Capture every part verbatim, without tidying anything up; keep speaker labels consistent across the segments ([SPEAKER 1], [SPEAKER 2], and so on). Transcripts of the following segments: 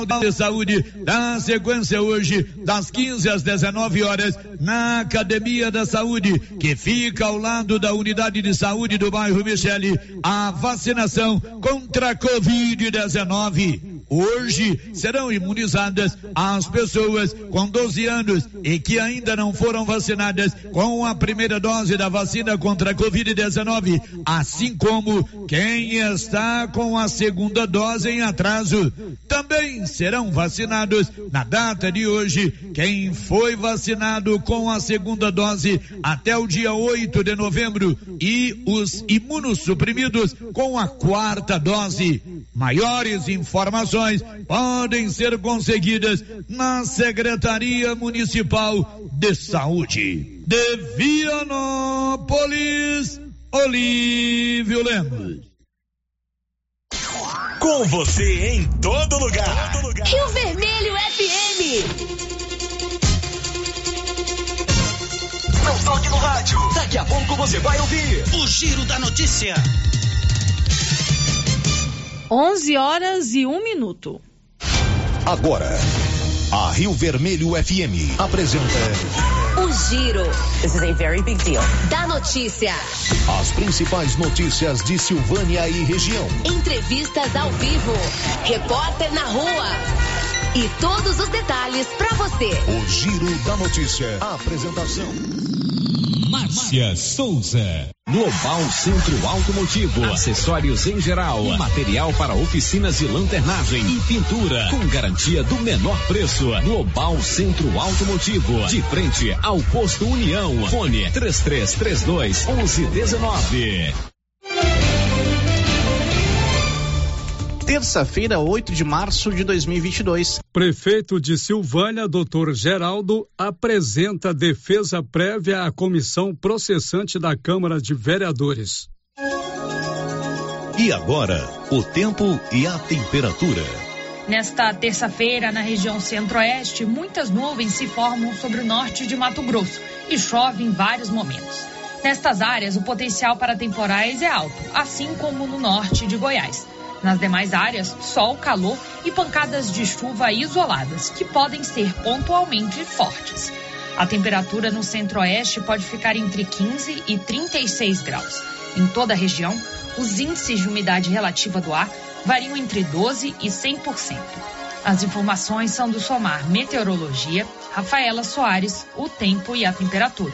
[SPEAKER 1] de Saúde, na sequência hoje, das quinze às dezenove horas, na Academia da Saúde, que fica ao lado da Unidade de Saúde do bairro Michele, a vacinação contra a covid dezenove. Hoje serão imunizadas as pessoas com doze anos e que ainda não foram vacinadas com a primeira dose da vacina contra a covid dezenove, assim como quem está com a segunda dose em atraso. Também serão vacinados na data de hoje quem foi vacinado com a segunda dose até o dia oito de novembro e os imunossuprimidos com a quarta dose. Maiores informações podem ser conseguidas na Secretaria Municipal de Saúde. De Vianópolis, Olívio Lemos.
[SPEAKER 2] Com você em todo lugar. Todo lugar.
[SPEAKER 3] Rio Vermelho F M.
[SPEAKER 2] Não toque no rádio. Daqui a pouco você vai ouvir o Giro da Notícia.
[SPEAKER 4] onze horas e um minuto.
[SPEAKER 5] Agora, a Rio Vermelho F M apresenta
[SPEAKER 3] o Giro. This is a very big deal. Da notícia.
[SPEAKER 5] As principais notícias de Silvânia e região.
[SPEAKER 3] Entrevistas ao vivo. Repórter na rua. E todos os detalhes para você.
[SPEAKER 5] O Giro da Notícia. A apresentação:
[SPEAKER 6] Márcia Souza. Global Centro Automotivo, acessórios em geral, material para oficinas de lanternagem e pintura, com garantia do menor preço. Global Centro Automotivo, de frente ao Posto União. Fone três três três dois, um um um nove.
[SPEAKER 7] Terça-feira, oito de março de dois mil e vinte e dois.
[SPEAKER 8] Prefeito de Silvânia, doutor Geraldo, apresenta defesa prévia à comissão processante da Câmara de Vereadores.
[SPEAKER 5] E agora, o tempo e a temperatura.
[SPEAKER 9] Nesta terça-feira, na região centro-oeste, muitas nuvens se formam sobre o norte de Mato Grosso e chove em vários momentos. Nestas áreas, o potencial para temporais é alto, assim como no norte de Goiás. Nas demais áreas, sol, calor e pancadas de chuva isoladas, que podem ser pontualmente fortes. A temperatura no centro-oeste pode ficar entre quinze e trinta e seis graus. Em toda a região, os índices de umidade relativa do ar variam entre doze e cem por cento. As informações são do Somar Meteorologia. Rafaela Soares, o tempo e a temperatura.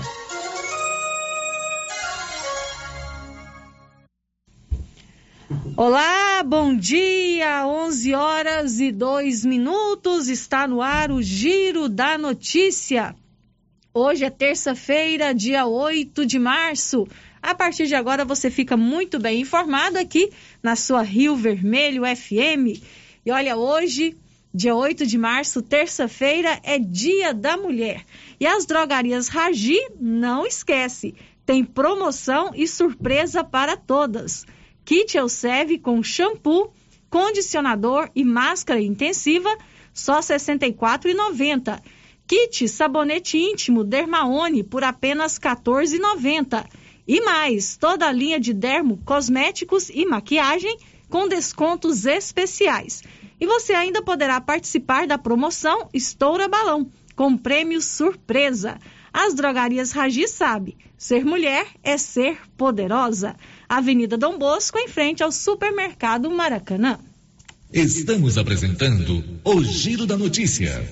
[SPEAKER 4] Olá, bom dia, onze horas e dois minutos, está no ar o Giro da Notícia. Hoje é terça-feira, dia oito de março. A partir de agora você fica muito bem informado aqui na sua Rio Vermelho F M. E olha, hoje, dia oito de março, terça-feira, é Dia da Mulher. E as drogarias Ragi, não esquece, tem promoção e surpresa para todas. Kit Elseve com shampoo, condicionador e máscara intensiva, só sessenta e quatro reais e noventa centavos. Kit sabonete íntimo Dermaone por apenas quatorze reais e noventa centavos. E mais, toda a linha de dermo, cosméticos e maquiagem com descontos especiais. E você ainda poderá participar da promoção Estoura Balão, com prêmio surpresa. As drogarias Ragi sabe, ser mulher é ser poderosa. Avenida Dom Bosco, em frente ao Supermercado Maracanã.
[SPEAKER 6] Estamos apresentando o Giro da Notícia.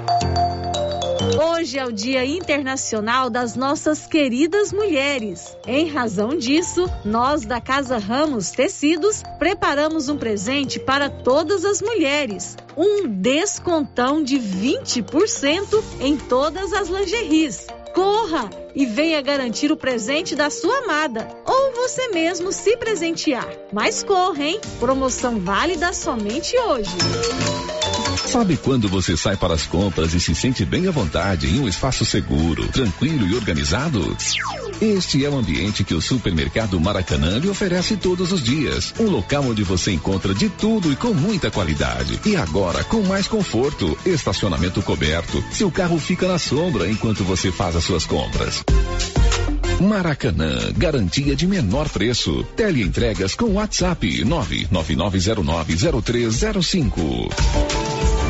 [SPEAKER 4] Hoje é o Dia Internacional das nossas queridas mulheres. Em razão disso, nós da Casa Ramos Tecidos preparamos um presente para todas as mulheres. Um descontão de vinte por cento em todas as lingeries. Corra e venha garantir o presente da sua amada ou você mesmo se presentear. Mas corra, hein? Promoção válida somente hoje.
[SPEAKER 6] Sabe quando você sai para as compras e se sente bem à vontade em um espaço seguro, tranquilo e organizado? Este é o ambiente que o Supermercado Maracanã lhe oferece todos os dias. Um local onde você encontra de tudo e com muita qualidade. E agora com mais conforto, estacionamento coberto. Seu carro fica na sombra enquanto você faz as suas compras. Maracanã, garantia de menor preço. Teleentregas com WhatsApp nove nove nove zero nove zero três zero cinco.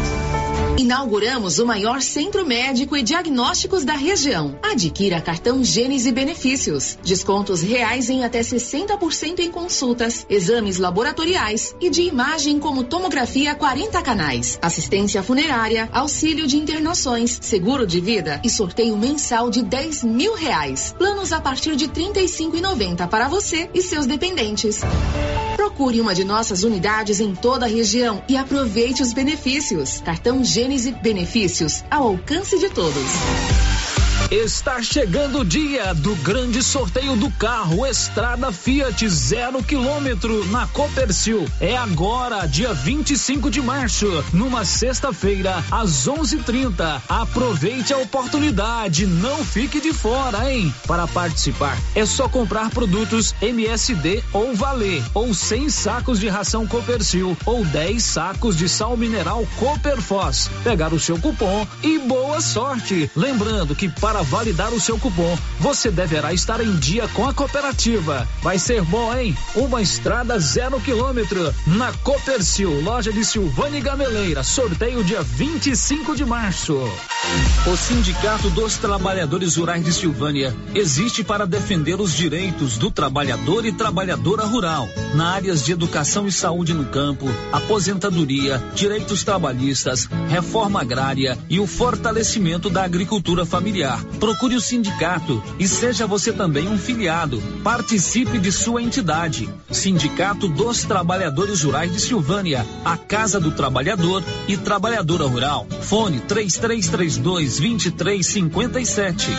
[SPEAKER 3] Inauguramos o maior centro médico e diagnósticos da região. Adquira cartão Gênese Benefícios. Descontos reais em até sessenta por cento em consultas, exames laboratoriais e de imagem como tomografia quarenta canais, assistência funerária, auxílio de internações, seguro de vida e sorteio mensal de dez mil reais. Planos a partir de trinta e cinco reais e noventa centavos para você e seus dependentes. Procure uma de nossas unidades em toda a região e aproveite os benefícios. Cartão Gênese Benefícios, ao alcance de todos.
[SPEAKER 10] Está chegando o dia do grande sorteio do carro Estrada Fiat zero quilômetro na Copercil. É agora, dia vinte e cinco de março, numa sexta-feira, às onze e trinta. Aproveite a oportunidade, não fique de fora, hein? Para participar, é só comprar produtos M S D ou Valer, ou cem sacos de ração Copercil, ou dez sacos de sal mineral Coperfós. Pegar o seu cupom e boa sorte. Lembrando que para Para validar o seu cupom, você deverá estar em dia com a cooperativa. Vai ser bom, hein? Uma estrada zero quilômetro na Copercil, loja de Silvânia Gameleira. Sorteio dia vinte e cinco de março. O Sindicato dos Trabalhadores Rurais de Silvânia existe para defender os direitos do trabalhador e trabalhadora rural, na áreas de educação e saúde no campo, aposentadoria, direitos trabalhistas, reforma agrária e o fortalecimento da agricultura familiar. Procure o sindicato e seja você também um filiado. Participe de sua entidade. Sindicato dos Trabalhadores Rurais de Silvânia, a Casa do Trabalhador e Trabalhadora Rural. Fone três três três dois, dois três cinco sete.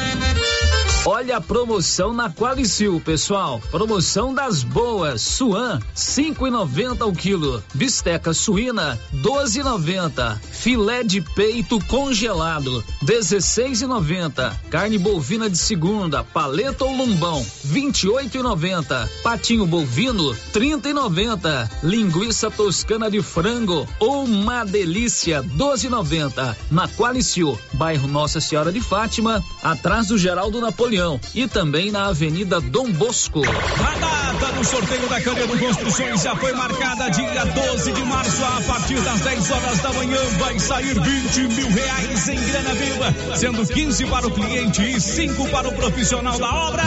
[SPEAKER 10] Olha a promoção na Qualicil, pessoal. Promoção das boas. Suan, cinco e noventa o quilo. Bisteca suína, doze e noventa. Filé de peito congelado, dezesseis e noventa. Carne bovina de segunda, paleta ou lombão, vinte e oito e noventa. Patinho bovino, trinta e noventa. Linguiça toscana de frango, uma delícia, doze e noventa. Na Qualicil, bairro Nossa Senhora de Fátima, atrás do Geraldo Napoleão. E também na Avenida Dom Bosco.
[SPEAKER 11] A data do sorteio da Canedo Construções já foi marcada, dia doze de março, a partir das dez horas da manhã. Vai sair vinte mil reais em grana viva, sendo quinze para o cliente e cinco para o profissional da obra.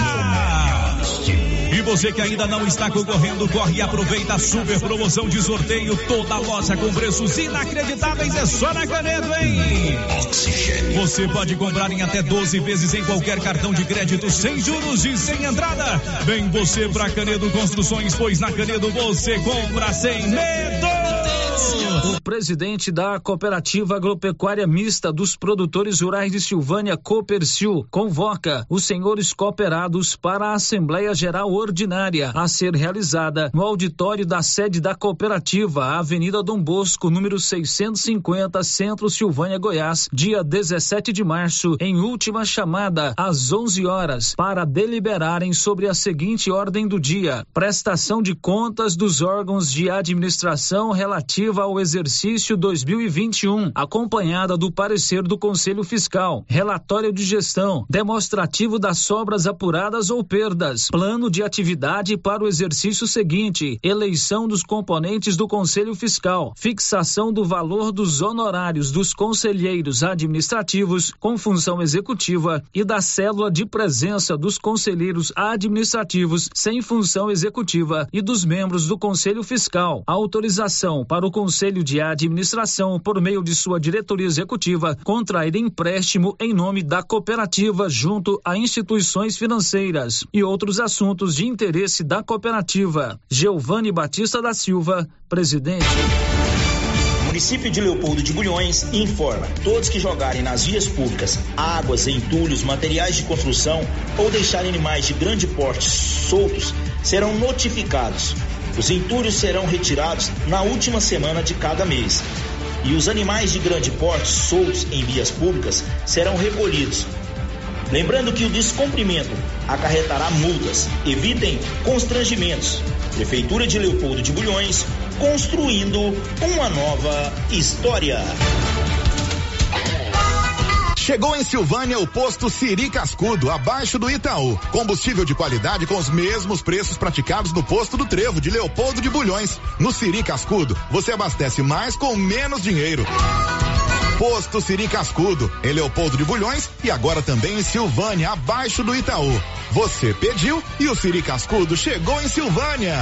[SPEAKER 11] E você que ainda não está concorrendo, corre e aproveita a super promoção de sorteio. Toda loja com preços inacreditáveis é só na Canedo, hein? Você pode comprar em até doze vezes em qualquer cartão de crédito, sem juros e sem entrada. Vem você pra Canedo Construções, pois na Canedo você compra sem medo.
[SPEAKER 10] O presidente da Cooperativa Agropecuária Mista dos Produtores Rurais de Silvânia, Copercil, convoca os senhores cooperados para a Assembleia Geral Ordinária a ser realizada no auditório da sede da cooperativa, Avenida Dom Bosco, número seiscentos e cinquenta, Centro Silvânia, Goiás, dia dezessete de março, em última chamada, às onze horas, para deliberarem sobre a seguinte ordem do dia: prestação de contas dos órgãos de administração relativa ao exercício dois mil e vinte e um, acompanhada do parecer do Conselho Fiscal, relatório de gestão, demonstrativo das sobras apuradas ou perdas, plano de atividade para o exercício seguinte, eleição dos componentes do Conselho Fiscal, fixação do valor dos honorários dos conselheiros administrativos com função executiva e da cédula de presença dos conselheiros administrativos sem função executiva e dos membros do Conselho Fiscal, autorização para o Conselho de Administração, por meio de sua diretoria executiva, contrair empréstimo em nome da cooperativa junto a instituições financeiras e outros assuntos de interesse da cooperativa. Geovane Batista da Silva, presidente.
[SPEAKER 12] O município de Leopoldo de Bulhões informa: todos que jogarem nas vias públicas águas, entulhos, materiais de construção ou deixarem animais de grande porte soltos serão notificados. Os entulhos serão retirados na última semana de cada mês e os animais de grande porte soltos em vias públicas serão recolhidos. Lembrando que o descumprimento acarretará multas. Evitem constrangimentos. Prefeitura de Leopoldo de Bulhões, construindo uma nova história.
[SPEAKER 5] Chegou em Silvânia o posto Siri Cascudo, abaixo do Itaú. Combustível de qualidade com os mesmos preços praticados no posto do Trevo de Leopoldo de Bulhões. No Siri Cascudo, você abastece mais com menos dinheiro. Posto Siri Cascudo, em Leopoldo de Bulhões e agora também em Silvânia, abaixo do Itaú. Você pediu e o Siri Cascudo chegou em Silvânia.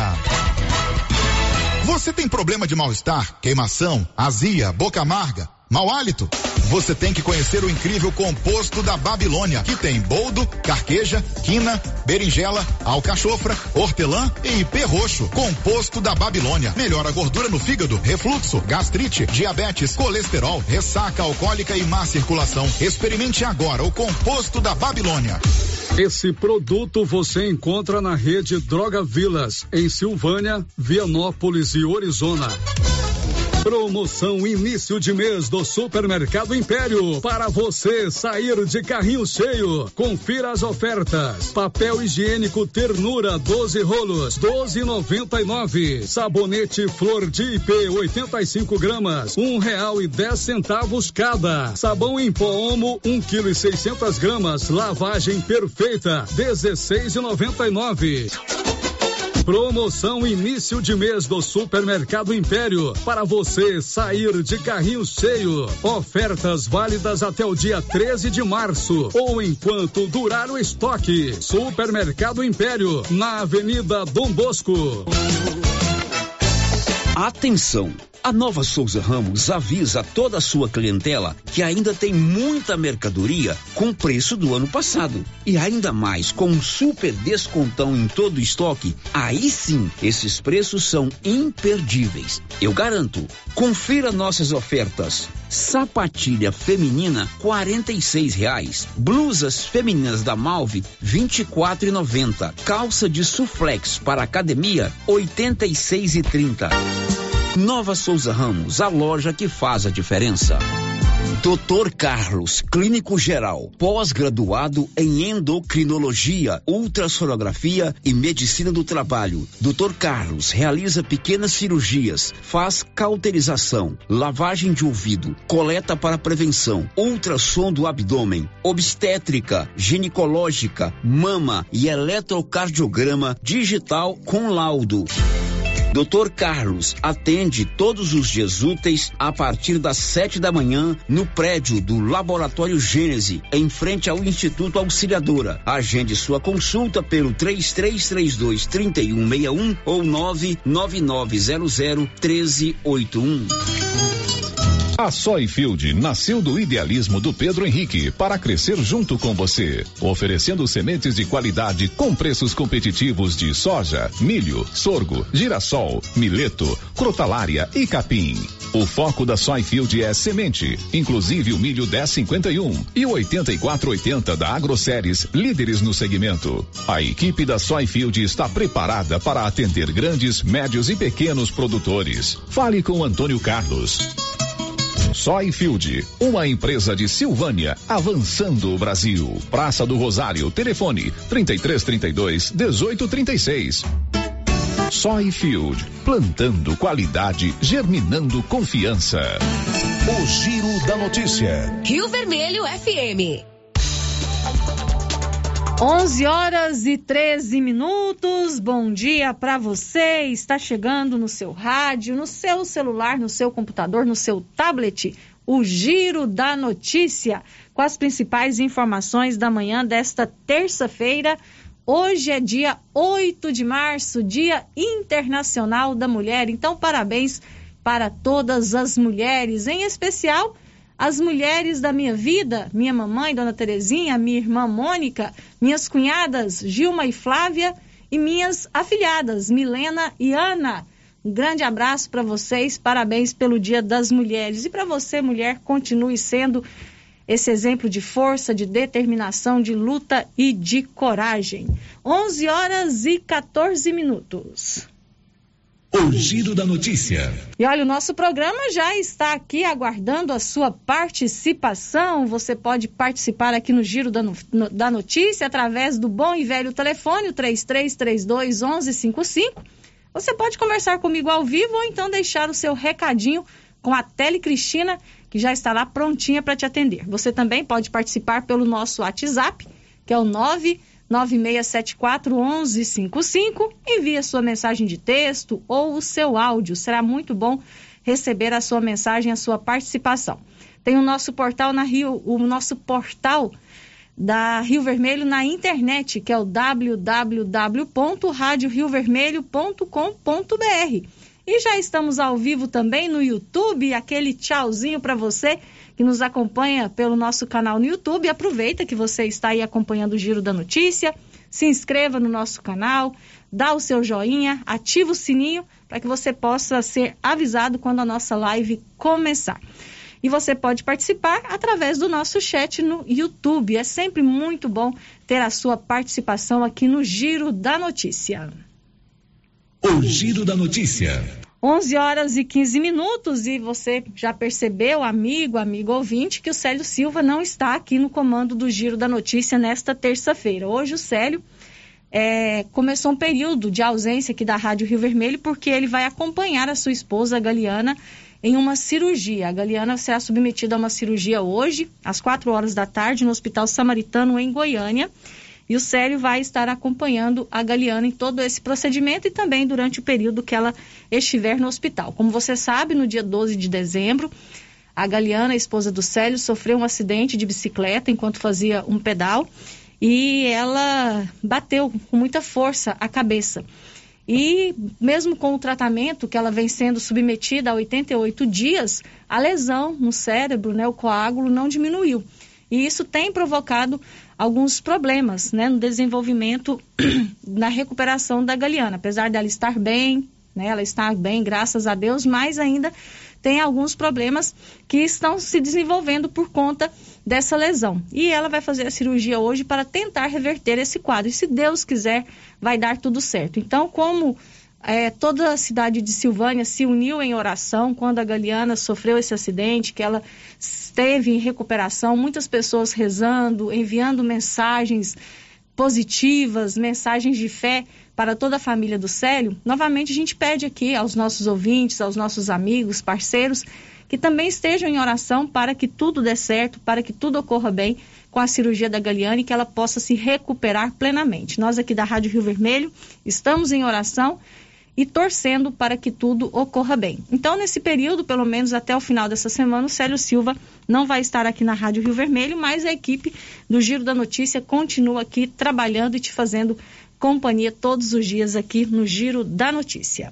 [SPEAKER 5] Você tem problema de mal-estar, queimação, azia, boca amarga, mau hálito? Você tem que conhecer o incrível composto da Babilônia, que tem boldo, carqueja, quina, berinjela, alcachofra, hortelã e ipê roxo. Composto da Babilônia. Melhora a gordura no fígado, refluxo, gastrite, diabetes, colesterol, ressaca alcoólica e má circulação. Experimente agora o composto da Babilônia.
[SPEAKER 8] Esse produto você encontra na rede Droga Vilas, em Silvânia, Vianópolis e Orizona. Promoção início de mês do Supermercado Império. Para você sair de carrinho cheio. Confira as ofertas. Papel higiênico Ternura doze rolos, doze e noventa e nove. Sabonete Flor de Ipê oitenta e cinco gramas, um real e dez centavos cada. Sabão em pó Omo um quilo e seiscentas gramas. Lavagem perfeita dezesseis e noventa e nove. Promoção início de mês do Supermercado Império. Para você sair de carrinho cheio. Ofertas válidas até o dia treze de março ou enquanto durar o estoque. Supermercado Império, na Avenida Dom Bosco.
[SPEAKER 13] Atenção! A Nova Souza Ramos avisa toda a sua clientela que ainda tem muita mercadoria com preço do ano passado. E ainda mais, com um super descontão em todo o estoque, aí sim, esses preços são imperdíveis. Eu garanto. Confira nossas ofertas. Sapatilha feminina, quarenta e seis reais. Blusas femininas da Malve, vinte e quatro e noventa. Calça de suflex para academia, oitenta e seis e trinta. Nova Souza Ramos, a loja que faz a diferença. doutor Carlos, clínico geral, pós-graduado em endocrinologia, ultrassonografia e medicina do trabalho. doutor Carlos realiza pequenas cirurgias, faz cauterização, lavagem de ouvido, coleta para prevenção, ultrassom do abdômen, obstétrica, ginecológica, mama e eletrocardiograma digital com laudo. doutor Carlos atende todos os dias úteis a partir das sete da manhã no prédio do Laboratório Gênese, em frente ao Instituto Auxiliadora. Agende sua consulta pelo três três três dois, três um seis um ou nove nove nove zero zero, um três oito um.
[SPEAKER 6] A Soyfield nasceu do idealismo do Pedro Henrique para crescer junto com você, oferecendo sementes de qualidade com preços competitivos de soja, milho, sorgo, girassol, mileto, crotalária e capim. O foco da Soyfield é semente, inclusive o milho dez cinquenta e um e o oitenta e quatro oitenta da Agroceres, líderes no segmento. A equipe da Soyfield está preparada para atender grandes, médios e pequenos produtores. Fale com Antônio Carlos. Soyfield, uma empresa de Silvânia, avançando o Brasil. Praça do Rosário, telefone trinta e três, trinta e dois, dezoito, trinta e seis. Soyfield, plantando qualidade, germinando confiança.
[SPEAKER 2] O Giro da Notícia.
[SPEAKER 3] Rio Vermelho F M.
[SPEAKER 4] onze horas e treze minutos. Bom dia para você. Está chegando no seu rádio, no seu celular, no seu computador, no seu tablet, o Giro da Notícia, com as principais informações da manhã desta terça-feira. Hoje é dia oito de março, Dia Internacional da Mulher. Então, parabéns para todas as mulheres, em especial as mulheres da minha vida, minha mamãe, Dona Terezinha, minha irmã Mônica, minhas cunhadas Gilma e Flávia e minhas afilhadas Milena e Ana. Um grande abraço para vocês, parabéns pelo Dia das Mulheres. E para você, mulher, continue sendo esse exemplo de força, de determinação, de luta e de coragem. onze horas e quatorze minutos.
[SPEAKER 2] O Giro da Notícia.
[SPEAKER 4] E olha, o nosso programa já está aqui aguardando a sua participação. Você pode participar aqui no Giro da, no, da Notícia através do bom e velho telefone, o três três três dois, um um cinco cinco. Você pode conversar comigo ao vivo ou então deixar o seu recadinho com a Tele Cristina, que já está lá prontinha para te atender. Você também pode participar pelo nosso WhatsApp, que é o nove nove seis sete quatro, um um cinco cinco. Envie a sua mensagem de texto ou o seu áudio. Será muito bom receber a sua mensagem, a sua participação. Tem o nosso portal na Rio, o nosso portal da Rio Vermelho na internet, que é o w w w ponto rádio rio vermelho ponto com ponto b r. E já estamos ao vivo também no YouTube, aquele tchauzinho para você que nos acompanha pelo nosso canal no YouTube. Aproveita que você está aí acompanhando o Giro da Notícia, se inscreva no nosso canal, dá o seu joinha, ativa o sininho para que você possa ser avisado quando a nossa live começar. E você pode participar através do nosso chat no YouTube. É sempre muito bom ter a sua participação aqui no Giro da Notícia.
[SPEAKER 6] O Giro da Notícia.
[SPEAKER 4] onze horas e quinze minutos e você já percebeu, amigo, amigo ouvinte, que o Célio Silva não está aqui no comando do Giro da Notícia nesta terça-feira. Hoje o Célio é, começou um período de ausência aqui da Rádio Rio Vermelho porque ele vai acompanhar a sua esposa, a Galiana, em uma cirurgia. A Galiana será submetida a uma cirurgia hoje, às quatro horas da tarde, no Hospital Samaritano, em Goiânia. E o Célio vai estar acompanhando a Galiana em todo esse procedimento e também durante o período que ela estiver no hospital. Como você sabe, no dia doze de dezembro, a Galiana, a esposa do Célio, sofreu um acidente de bicicleta enquanto fazia um pedal e ela bateu com muita força a cabeça. E mesmo com o tratamento que ela vem sendo submetida há oitenta e oito dias, a lesão no cérebro, né, o coágulo, não diminuiu. E isso tem provocado alguns problemas, né, no desenvolvimento, na recuperação da Galiana. Apesar dela estar bem, né, ela está bem, graças a Deus, mas ainda tem alguns problemas que estão se desenvolvendo por conta dessa lesão. E ela vai fazer a cirurgia hoje para tentar reverter esse quadro. E se Deus quiser, vai dar tudo certo. Então, como é, toda a cidade de Silvânia se uniu em oração quando a Galiana sofreu esse acidente, que ela esteve em recuperação, muitas pessoas rezando, enviando mensagens positivas, mensagens de fé para toda a família do Célio, novamente a gente pede aqui aos nossos ouvintes, aos nossos amigos, parceiros, que também estejam em oração para que tudo dê certo, para que tudo ocorra bem com a cirurgia da Galiana e que ela possa se recuperar plenamente. Nós aqui da Rádio Rio Vermelho estamos em oração e torcendo para que tudo ocorra bem. Então, nesse período, pelo menos até o final dessa semana, o Célio Silva não vai estar aqui na Rádio Rio Vermelho, mas a equipe do Giro da Notícia continua aqui trabalhando e te fazendo companhia todos os dias aqui no Giro da Notícia.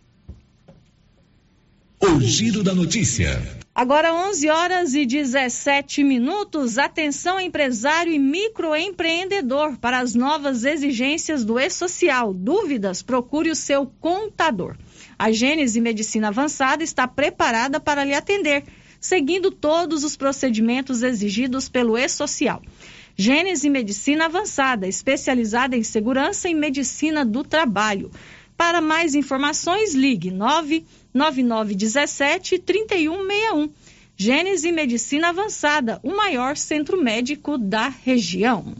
[SPEAKER 6] O Giro da Notícia.
[SPEAKER 4] Agora onze horas e dezessete minutos. Atenção, empresário e microempreendedor, para as novas exigências do E-Social. Dúvidas? Procure o seu contador. A Gênese Medicina Avançada está preparada para lhe atender, seguindo todos os procedimentos exigidos pelo E-Social. Gênese Medicina Avançada, especializada em segurança e medicina do trabalho. Para mais informações, ligue nove nove nove um sete, três um seis um. Gênese Medicina Avançada, o maior centro médico da região.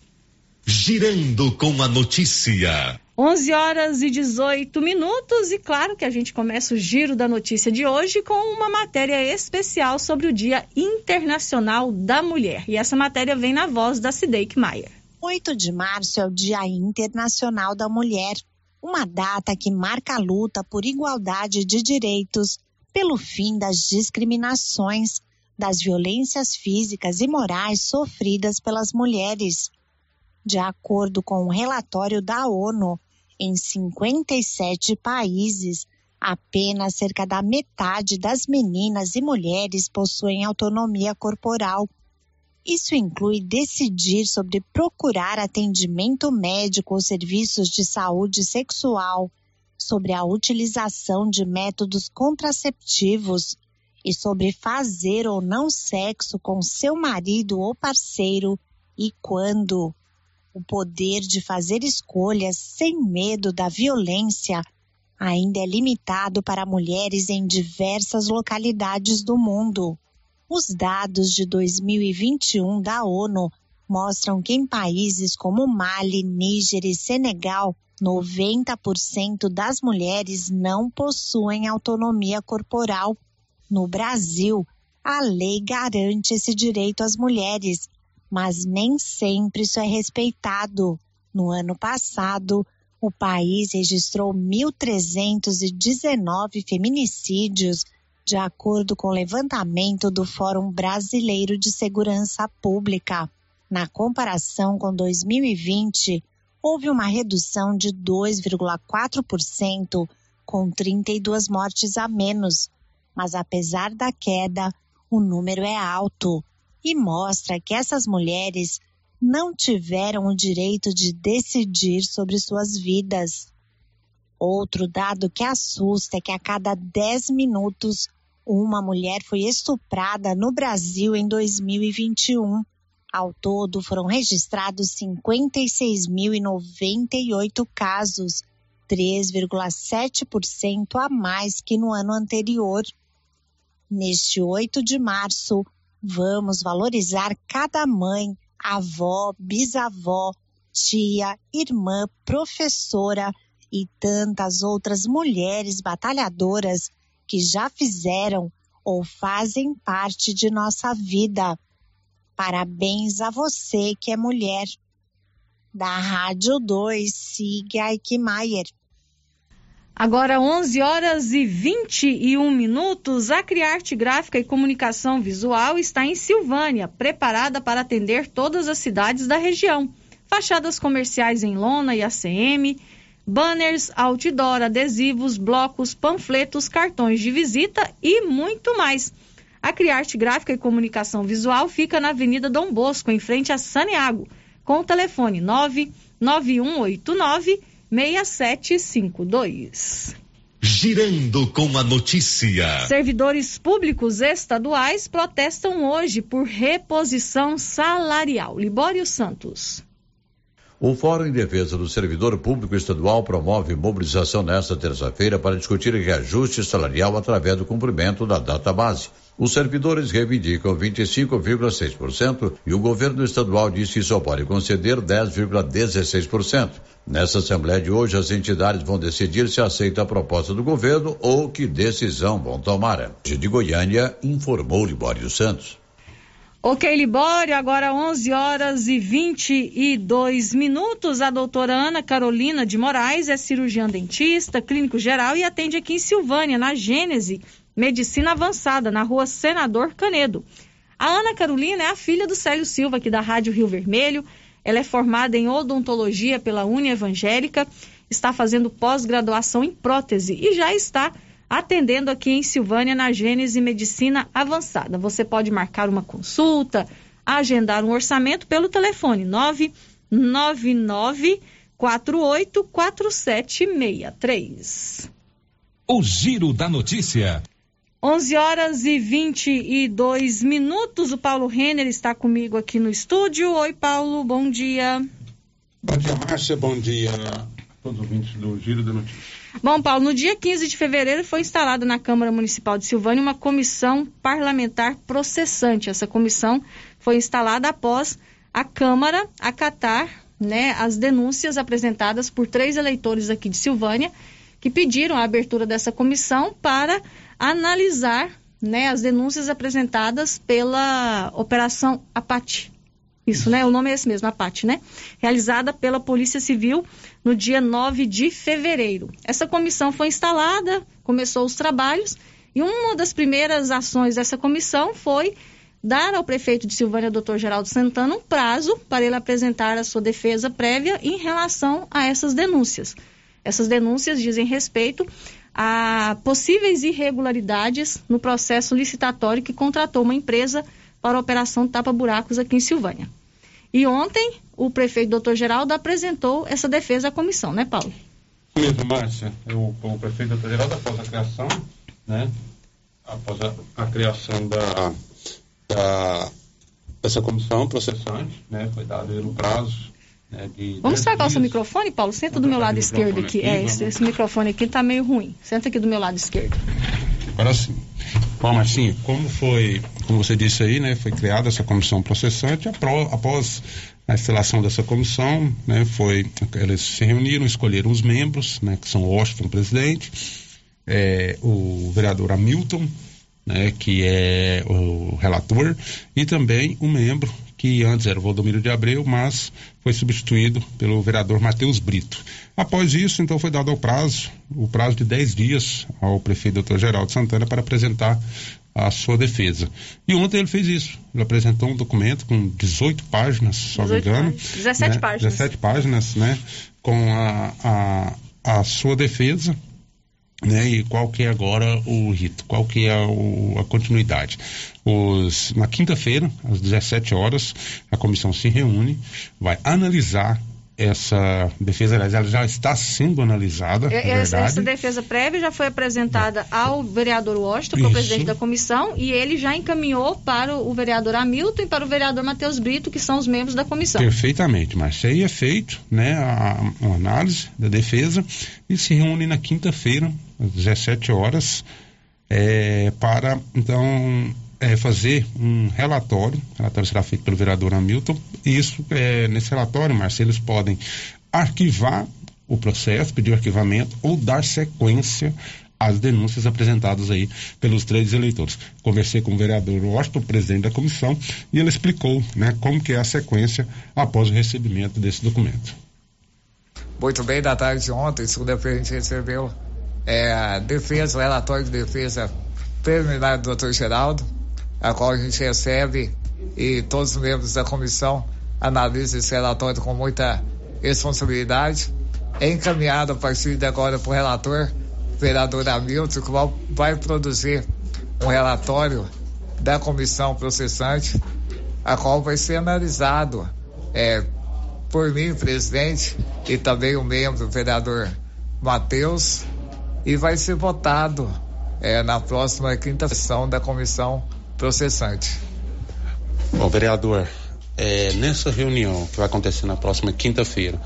[SPEAKER 6] Girando com a notícia.
[SPEAKER 4] onze horas e dezoito minutos e claro que a gente começa o Giro da Notícia de hoje com uma matéria especial sobre o Dia Internacional da Mulher. E essa matéria vem na voz da Cideike Maia.
[SPEAKER 14] oito de março é o Dia Internacional da Mulher. Uma data que marca a luta por igualdade de direitos, pelo fim das discriminações, das violências físicas e morais sofridas pelas mulheres. De acordo com o relatório da ONU, em cinquenta e sete países, apenas cerca da metade das meninas e mulheres possuem autonomia corporal. Isso inclui decidir sobre procurar atendimento médico ou serviços de saúde sexual, sobre a utilização de métodos contraceptivos e sobre fazer ou não sexo com seu marido ou parceiro e quando. O poder de fazer escolhas sem medo da violência ainda é limitado para mulheres em diversas localidades do mundo. Os dados de dois mil e vinte e um da ONU mostram que em países como Mali, Níger e Senegal, noventa por cento das mulheres não possuem autonomia corporal. No Brasil, a lei garante esse direito às mulheres, mas nem sempre isso é respeitado. No ano passado, o país registrou mil trezentos e dezenove feminicídios de acordo com o levantamento do Fórum Brasileiro de Segurança Pública. Na comparação com dois mil e vinte, houve uma redução de dois vírgula quatro por cento, com trinta e duas mortes a menos. Mas apesar da queda, o número é alto e mostra que essas mulheres não tiveram o direito de decidir sobre suas vidas. Outro dado que assusta é que a cada dez minutos, uma mulher foi estuprada no Brasil em dois mil e vinte e um. Ao todo, foram registrados cinquenta e seis mil e noventa e oito casos, três vírgula sete por cento a mais que no ano anterior. Neste oito de março, vamos valorizar cada mãe, avó, bisavó, tia, irmã, professora e tantas outras mulheres batalhadoras que já fizeram ou fazem parte de nossa vida. Parabéns a você que é mulher. Da Rádio dois, siga Eichmeier.
[SPEAKER 4] Agora onze horas e vinte e um minutos, a Criarte Gráfica e Comunicação Visual está em Silvânia, preparada para atender todas as cidades da região. Fachadas comerciais em lona e A C M, banners, outdoor, adesivos, blocos, panfletos, cartões de visita e muito mais. A Criarte Gráfica e Comunicação Visual fica na Avenida Dom Bosco, em frente a Saneago, com o telefone nove nove um oito nove seis sete cinco dois.
[SPEAKER 2] Girando com a notícia.
[SPEAKER 4] Servidores públicos estaduais protestam hoje por reposição salarial. Libório Santos.
[SPEAKER 15] O Fórum em Defesa do Servidor Público Estadual promove mobilização nesta terça-feira para discutir reajuste salarial através do cumprimento da data base. Os servidores reivindicam vinte e cinco vírgula seis por cento e o governo estadual diz que só pode conceder dez vírgula dezesseis por cento. Nessa Assembleia de hoje, as entidades vão decidir se aceita a proposta do governo ou que decisão vão tomar. De Goiânia, informou Libório Santos.
[SPEAKER 4] Ok, Libório, agora onze horas e vinte e dois minutos. A doutora Ana Carolina de Moraes é cirurgiã dentista, clínico geral e atende aqui em Silvânia, na Gênese Medicina Avançada, na rua Senador Canedo. A Ana Carolina é a filha do Célio Silva, aqui da Rádio Rio Vermelho. Ela é formada em odontologia pela Uni Evangélica, está fazendo pós-graduação em prótese e já está atendendo aqui em Silvânia, na Gênese Medicina Avançada. Você pode marcar uma consulta, agendar um orçamento pelo telefone nove nove nove quatro oito quatro sete seis três.
[SPEAKER 2] O Giro da Notícia.
[SPEAKER 4] onze horas e vinte e dois minutos. O Paulo Renner está comigo aqui no estúdio. Oi, Paulo, bom dia.
[SPEAKER 16] Bom dia, Márcia. Bom dia a todos os ouvintes do Giro da Notícia.
[SPEAKER 4] Bom, Paulo, no dia quinze de fevereiro foi instalada na Câmara Municipal de Silvânia uma comissão parlamentar processante. Essa comissão foi instalada após a Câmara acatar, né, as denúncias apresentadas por três eleitores aqui de Silvânia que pediram a abertura dessa comissão para analisar, né, as denúncias apresentadas pela Operação Apate. Isso, né? O nome é esse mesmo, Apate, né? Realizada pela Polícia Civil no dia nove de fevereiro. Essa comissão foi instalada, começou os trabalhos e uma das primeiras ações dessa comissão foi dar ao prefeito de Silvânia, doutor Geraldo Santana, um prazo para ele apresentar a sua defesa prévia em relação a essas denúncias. Essas denúncias dizem respeito a possíveis irregularidades no processo licitatório que contratou uma empresa para a operação tapa-buracos aqui em Silvânia. E ontem, o prefeito doutor Geraldo apresentou essa defesa à comissão, né, Paulo?
[SPEAKER 16] Mesmo, Márcia. O, o prefeito doutor Geraldo, após a criação, né, após a, a criação da, da, dessa comissão processante, né, foi dado ele um prazo, né, de...
[SPEAKER 4] Vamos trocar o seu microfone, Paulo? Senta do meu lado esquerdo aqui. aqui. É, esse, esse microfone aqui está meio ruim. Senta aqui do meu lado esquerdo.
[SPEAKER 16] Agora sim. Bom, Marcinho, como foi, como você disse aí, né, foi criada essa comissão processante, após a instalação dessa comissão, né, foi, eles se reuniram, escolheram os membros, né, que são o Washington, presidente, é, o vereador Hamilton, né, que é o relator, e também um membro que antes era o Valdomiro de Abreu, mas foi substituído pelo vereador Matheus Brito. Após isso, então, foi dado ao prazo, o prazo de dez dias ao prefeito doutor Geraldo Santana para apresentar a sua defesa. E ontem ele fez isso. Ele apresentou um documento com dezoito páginas, se não me engano.
[SPEAKER 4] dezessete
[SPEAKER 16] né?
[SPEAKER 4] páginas.
[SPEAKER 16] dezessete páginas, né? Com a, a, a sua defesa, né? E qual que é agora o rito, qual que é o, a continuidade. Os, na quinta-feira, às dezessete horas, a comissão se reúne, vai analisar essa defesa, aliás, ela já está sendo analisada,
[SPEAKER 4] é, essa, essa defesa prévia já foi apresentada ao vereador Washington, que é o presidente da comissão, e ele já encaminhou para o vereador Hamilton e para o vereador Matheus Brito, que são os membros da comissão.
[SPEAKER 16] Perfeitamente, mas isso aí é feito, né, a, a análise da defesa, e se reúne na quinta-feira, às dezessete horas, é, para, então, É, fazer um relatório, o relatório será feito pelo vereador Hamilton, e isso, é, nesse relatório, Márcio, eles podem arquivar o processo, pedir o arquivamento ou dar sequência às denúncias apresentadas aí pelos três eleitores. Conversei com o vereador Washington, presidente da comissão, e ele explicou, né, como que é a sequência após o recebimento desse documento.
[SPEAKER 17] Muito bem, da tarde de ontem, segunda-feira, a gente recebeu é, a defesa, o relatório de defesa preliminar do doutor Geraldo, a qual a gente recebe e todos os membros da comissão analisam esse relatório com muita responsabilidade. É encaminhado a partir de agora para o relator, vereador Hamilton, que vai produzir um relatório da comissão processante, a qual vai ser analisado é, por mim, presidente, e também o membro, o vereador Matheus, e vai ser votado é, na próxima quinta sessão da comissão processante.
[SPEAKER 16] Bom, vereador, é, nessa reunião que vai acontecer na próxima quinta-feira,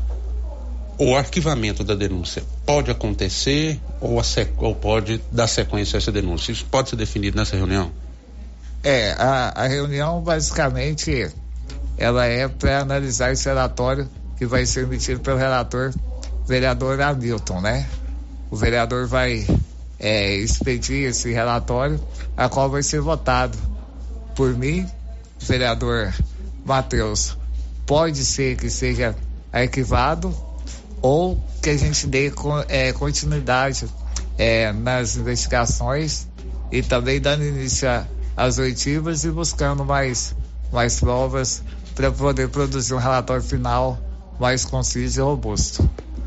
[SPEAKER 16] o arquivamento da denúncia pode acontecer ou, a sec, ou pode dar sequência a essa denúncia? Isso pode ser definido nessa reunião?
[SPEAKER 17] É, a, a reunião basicamente ela é para analisar esse relatório que vai ser emitido pelo relator vereador Hamilton, né? O vereador vai É, expedir esse relatório, a qual vai ser votado por mim, vereador Matheus. Pode ser que seja arquivado ou que a gente dê é, continuidade é, nas investigações e também dando início às oitivas e buscando mais, mais provas para poder produzir um relatório final mais conciso e robusto.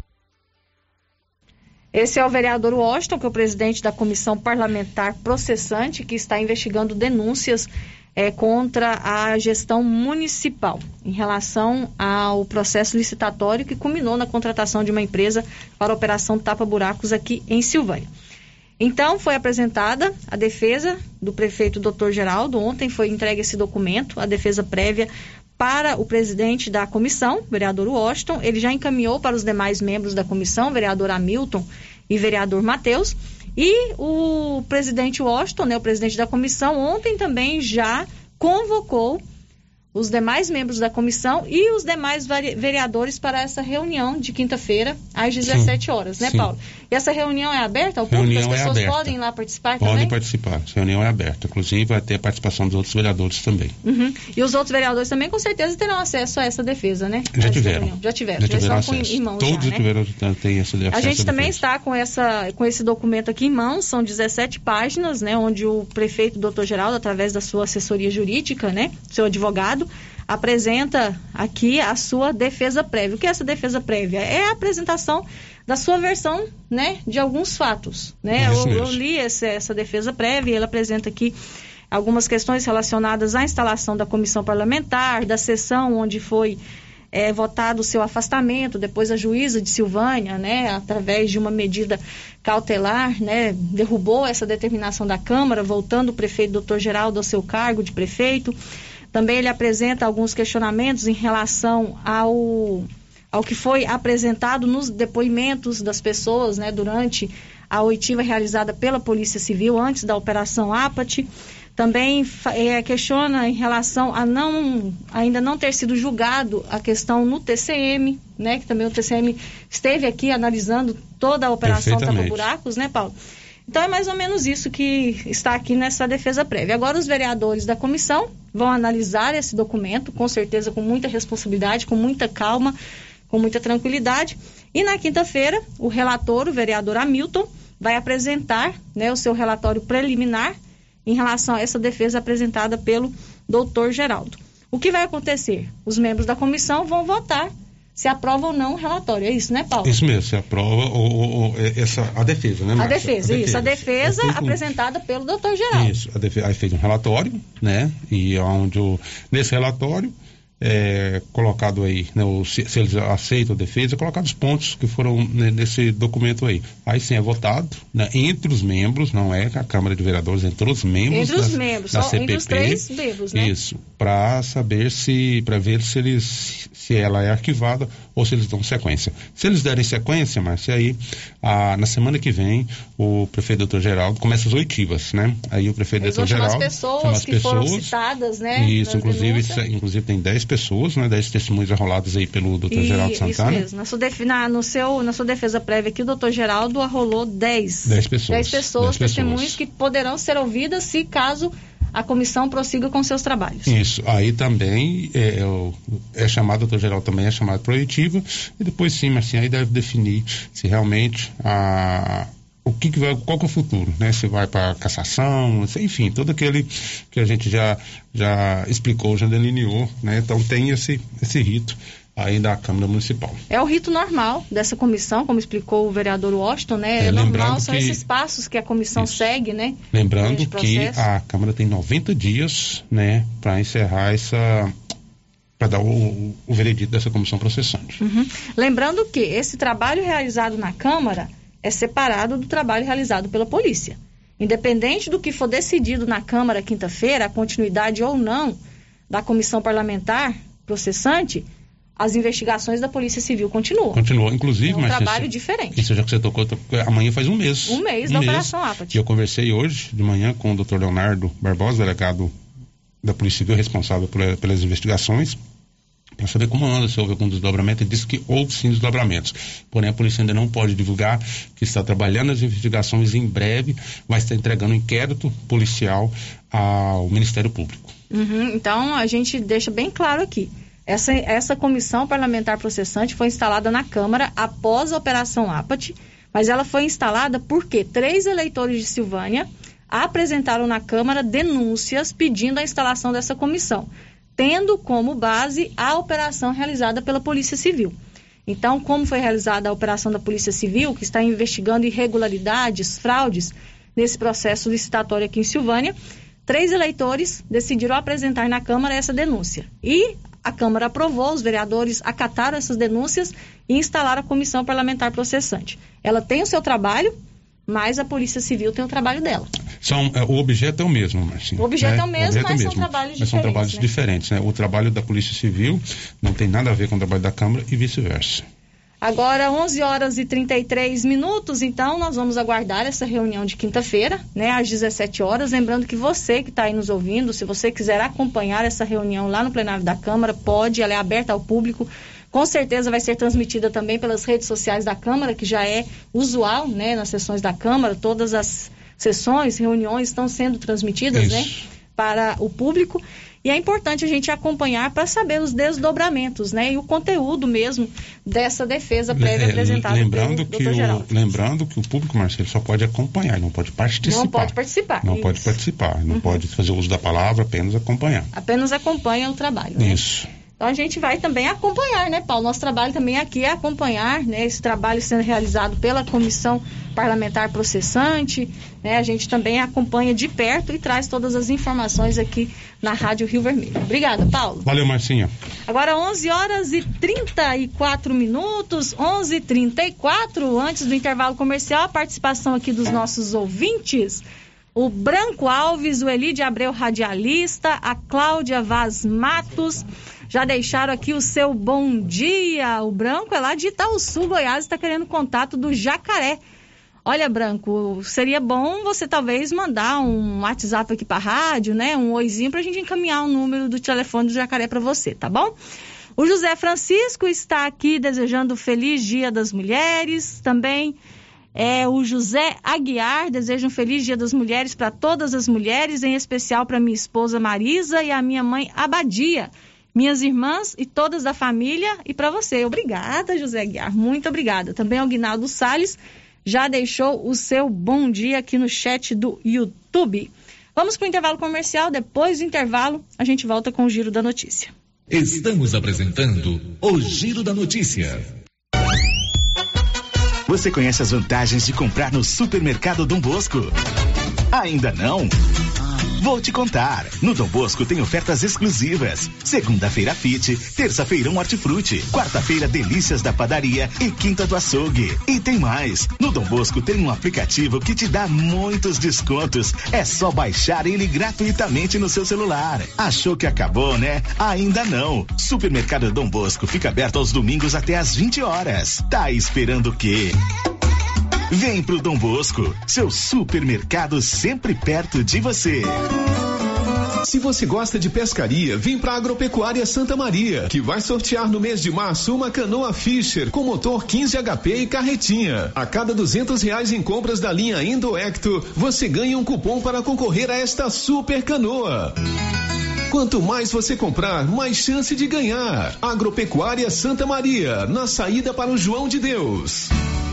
[SPEAKER 4] Esse é o vereador Washington, que é o presidente da comissão parlamentar processante, que está investigando denúncias é, contra a gestão municipal em relação ao processo licitatório que culminou na contratação de uma empresa para a operação tapa-buracos aqui em Silvânia. Então, foi apresentada a defesa do prefeito doutor Geraldo. Ontem foi entregue esse documento, a defesa prévia, para o presidente da comissão, vereador Washington. Ele já encaminhou para os demais membros da comissão, vereador Hamilton e vereador Matheus. E o presidente Washington, né, o presidente da comissão, ontem também já convocou os demais membros da comissão e os demais vereadores para essa reunião de quinta-feira, às dezessete horas, né,
[SPEAKER 16] sim.
[SPEAKER 4] Paulo? E essa reunião é aberta ao público?
[SPEAKER 16] Reunião
[SPEAKER 4] As pessoas
[SPEAKER 16] é
[SPEAKER 4] podem ir lá participar
[SPEAKER 16] podem
[SPEAKER 4] também?
[SPEAKER 16] Podem participar, essa reunião é aberta. Inclusive, vai ter a participação dos outros vereadores também.
[SPEAKER 4] Uhum. E os outros vereadores também, com certeza, terão acesso a essa defesa, né?
[SPEAKER 16] Já tiveram.
[SPEAKER 4] Já tiveram.
[SPEAKER 16] Já
[SPEAKER 4] já
[SPEAKER 16] tiveram
[SPEAKER 4] estão
[SPEAKER 16] acesso.
[SPEAKER 4] com irmãos
[SPEAKER 16] Todos
[SPEAKER 4] já,
[SPEAKER 16] já tiveram, né? Tem esse acesso.
[SPEAKER 4] A gente também está com, essa, com esse documento aqui em mãos, são dezessete páginas, né? Onde o prefeito, doutor Geraldo, através da sua assessoria jurídica, né? Seu advogado, apresenta aqui a sua defesa prévia. O que é essa defesa prévia? É a apresentação da sua versão, né, de alguns fatos, né? Eu, eu li esse, essa defesa prévia e ele apresenta aqui algumas questões relacionadas à instalação da comissão parlamentar, da sessão onde foi é, votado o seu afastamento, depois a juíza de Silvânia, né, através de uma medida cautelar, né, derrubou essa determinação da Câmara, voltando o prefeito doutor Geraldo ao seu cargo de prefeito. Também ele apresenta alguns questionamentos em relação ao, ao que foi apresentado nos depoimentos das pessoas, né, durante a oitiva realizada pela Polícia Civil antes da Operação Apat. Também é, questiona em relação a não, ainda não ter sido julgado a questão no T C M, né, que também o T C M esteve aqui analisando toda a Operação Tapa Buracos, né, Paulo? Então é mais ou menos isso que está aqui nessa defesa prévia. Agora os vereadores da comissão vão analisar esse documento, com certeza com muita responsabilidade, com muita calma, com muita tranquilidade. E na quinta-feira, o relator, o vereador Hamilton, vai apresentar, né, o seu relatório preliminar em relação a essa defesa apresentada pelo doutor Geraldo. O que vai acontecer? Os membros da comissão vão votar se aprova ou não o relatório. É isso, né, Paulo?
[SPEAKER 16] Isso mesmo, se aprova ou, ou, ou essa, a defesa, né, Márcia?
[SPEAKER 4] A defesa, a isso. Defesa. A defesa é apresentada um... pelo doutor Geraldo.
[SPEAKER 16] Isso, a defesa, aí fez um relatório, né, e onde o, nesse relatório é colocado aí, né, o, se, se eles aceitam a defesa, é colocado os pontos que foram, né, nesse documento aí. Aí sim é votado, né, entre os membros, não é a Câmara de Vereadores, entre os membros
[SPEAKER 4] entre os
[SPEAKER 16] da,
[SPEAKER 4] membros,
[SPEAKER 16] da
[SPEAKER 4] só,
[SPEAKER 16] C P P.
[SPEAKER 4] Entre os três membros, né?
[SPEAKER 16] Isso, para saber se, para ver se eles, se ela é arquivada ou se eles dão sequência. Se eles derem sequência, Márcia, aí a, na semana que vem o prefeito doutor Geraldo começa as oitivas, né? Aí o prefeito doutor Geraldo
[SPEAKER 4] as pessoas
[SPEAKER 16] chama as
[SPEAKER 4] que
[SPEAKER 16] pessoas,
[SPEAKER 4] foram citadas, né?
[SPEAKER 16] Isso, inclusive, isso, inclusive tem dez pessoas, né? dez testemunhos arrolados aí pelo doutor Geraldo Santana.
[SPEAKER 4] Isso mesmo. Na sua, def, na, no seu, na sua defesa prévia aqui, o doutor Geraldo arrolou dez.
[SPEAKER 16] dez pessoas.
[SPEAKER 4] dez pessoas,
[SPEAKER 16] dez
[SPEAKER 4] testemunhos
[SPEAKER 16] pessoas.
[SPEAKER 4] que poderão ser ouvidas se caso a comissão prossiga com seus trabalhos.
[SPEAKER 16] Isso. Aí também é, é chamado, o doutor Geraldo também é chamado para oitiva, e depois sim, mas sim, aí deve definir se realmente a... o que, que vai, qual que é o futuro, né? Se vai para cassação, enfim, todo aquele que a gente já, já explicou, já delineou, né? Então tem esse, esse rito aí da Câmara Municipal.
[SPEAKER 4] É o rito normal dessa comissão, como explicou o vereador Washington, né? É, é normal, são que, esses passos que a comissão isso. segue, né?
[SPEAKER 16] Lembrando que a Câmara tem noventa dias, né, para encerrar essa... para dar o, o veredito dessa comissão processante.
[SPEAKER 4] Uhum. Lembrando que esse trabalho realizado na Câmara é separado do trabalho realizado pela polícia. Independente do que for decidido na Câmara quinta-feira, a continuidade ou não da comissão parlamentar processante, as investigações da Polícia Civil continuam.
[SPEAKER 16] Continuam, inclusive,
[SPEAKER 4] é um
[SPEAKER 16] mas
[SPEAKER 4] trabalho
[SPEAKER 16] isso,
[SPEAKER 4] diferente.
[SPEAKER 16] Isso já que você tocou, amanhã faz um mês.
[SPEAKER 4] Um mês um da mês, Operação Apathy.
[SPEAKER 16] E eu conversei hoje de manhã com o doutor Leonardo Barbosa, delegado da Polícia Civil responsável por, pelas investigações, para saber como anda, se houve algum desdobramento. Ele disse que houve sim desdobramentos, porém a polícia ainda não pode divulgar que está trabalhando nas investigações e em breve vai estar entregando um inquérito policial ao Ministério Público.
[SPEAKER 4] Uhum, então a gente deixa bem claro aqui, essa, essa comissão parlamentar processante foi instalada na Câmara após a Operação Apathy, mas ela foi instalada porque três eleitores de Silvânia apresentaram na Câmara denúncias pedindo a instalação dessa comissão, tendo como base a operação realizada pela Polícia Civil. Então, como foi realizada a operação da Polícia Civil, que está investigando irregularidades, fraudes nesse processo licitatório aqui em Silvânia, três eleitores decidiram apresentar na Câmara essa denúncia. E a Câmara aprovou, os vereadores acataram essas denúncias e instalaram a comissão parlamentar processante. Ela tem o seu trabalho, mas a Polícia Civil tem o trabalho dela.
[SPEAKER 16] São, o objeto é o mesmo, Marcinho.
[SPEAKER 4] O objeto
[SPEAKER 16] né?
[SPEAKER 4] é o mesmo,
[SPEAKER 16] o
[SPEAKER 4] mas
[SPEAKER 16] é
[SPEAKER 4] são trabalhos
[SPEAKER 16] mas
[SPEAKER 4] diferentes.
[SPEAKER 16] São trabalhos
[SPEAKER 4] né?
[SPEAKER 16] diferentes, né? O trabalho da Polícia Civil não tem nada a ver com o trabalho da Câmara e vice-versa.
[SPEAKER 4] Agora, onze horas e trinta e três minutos, então nós vamos aguardar essa reunião de quinta-feira, né, às dezessete horas. Lembrando que você que está aí nos ouvindo, se você quiser acompanhar essa reunião lá no plenário da Câmara, pode, ela é aberta ao público. Com certeza vai ser transmitida também pelas redes sociais da Câmara, que já é usual, né, nas sessões da Câmara. Todas as sessões, reuniões estão sendo transmitidas,
[SPEAKER 16] Isso.
[SPEAKER 4] né, para o público. E é importante a gente acompanhar para saber os desdobramentos, né? E o conteúdo mesmo dessa defesa prévia apresentada
[SPEAKER 16] lembrando
[SPEAKER 4] pelo
[SPEAKER 16] que
[SPEAKER 4] doutor
[SPEAKER 16] o,
[SPEAKER 4] Geraldo.
[SPEAKER 16] Lembrando que o público, Marcelo, só pode acompanhar, não pode participar.
[SPEAKER 4] Não pode participar.
[SPEAKER 16] Não
[SPEAKER 4] isso.
[SPEAKER 16] pode participar, não uhum. pode fazer uso da palavra, apenas acompanhar.
[SPEAKER 4] Apenas acompanha o trabalho, né?
[SPEAKER 16] Isso.
[SPEAKER 4] Então a gente vai também acompanhar, né, Paulo? Nosso trabalho também aqui é acompanhar, né, esse trabalho sendo realizado pela Comissão Parlamentar Processante, né? A gente também acompanha de perto e traz todas as informações aqui na Rádio Rio Vermelho. Obrigada, Paulo.
[SPEAKER 16] Valeu, Marcinha.
[SPEAKER 4] Agora onze horas e trinta e quatro minutos, onze e trinta e quatro, antes do intervalo comercial, a participação aqui dos nossos ouvintes. O Branco Alves, o Elide Abreu Radialista, a Cláudia Vaz Matos, já deixaram aqui o seu bom dia. O Branco é lá de Itaúsu, Goiás, está querendo contato do Jacaré. Olha, Branco, seria bom você talvez mandar um WhatsApp aqui para a rádio, né? Um oizinho para a gente encaminhar o número do telefone do Jacaré para você, tá bom? O José Francisco está aqui desejando feliz Dia das Mulheres. Também É o José Aguiar, deseja um feliz Dia das Mulheres para todas as mulheres, em especial para minha esposa Marisa e a minha mãe Abadia, minhas irmãs e todas da família, e para você. Obrigada, José Aguiar, muito obrigada. Também o Guinaldo Salles já deixou o seu bom dia aqui no chat do YouTube. Vamos para o intervalo comercial, depois do intervalo a gente volta com o Giro da Notícia.
[SPEAKER 6] Estamos apresentando o Giro da Notícia.
[SPEAKER 18] Você conhece as vantagens de comprar no Supermercado Dom Bosco? Ainda não? Vou te contar. No Dom Bosco tem ofertas exclusivas. Segunda-feira Fit, terça-feirão Hortifruti, quarta-feira Delícias da Padaria e quinta do Açougue. E tem mais. No Dom Bosco tem um aplicativo que te dá muitos descontos. É só baixar ele gratuitamente no seu celular. Achou que acabou, né? Ainda não. Supermercado Dom Bosco fica aberto aos domingos até às vinte horas. Tá esperando o quê? Vem pro Dom Bosco, seu supermercado sempre perto de você.
[SPEAKER 19] Se você gosta de pescaria, vem pra Agropecuária Santa Maria, que vai sortear no mês de março uma canoa Fisher com motor quinze H P e carretinha. A cada duzentos reais em compras da linha Indo-Ecto, você ganha um cupom para concorrer a esta super canoa. Quanto mais você comprar, mais chance de ganhar. Agropecuária Santa Maria, na saída para o João de Deus.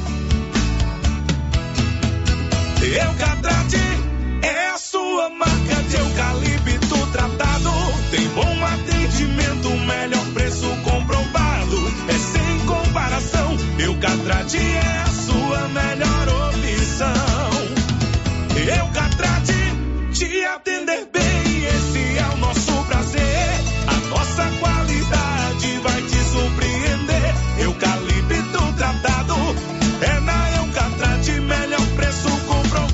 [SPEAKER 20] Eucatrate é a sua marca de eucalipto tratado. Tem bom atendimento, melhor preço comprovado. É sem comparação. Eucatrate é a sua melhor opção. Eucatrate, te atender bem, esse é o nosso prazer. A nossa qualidade vai te surpreender. Eucalipto tratado é na Eucatrate, melhor preço comprovado.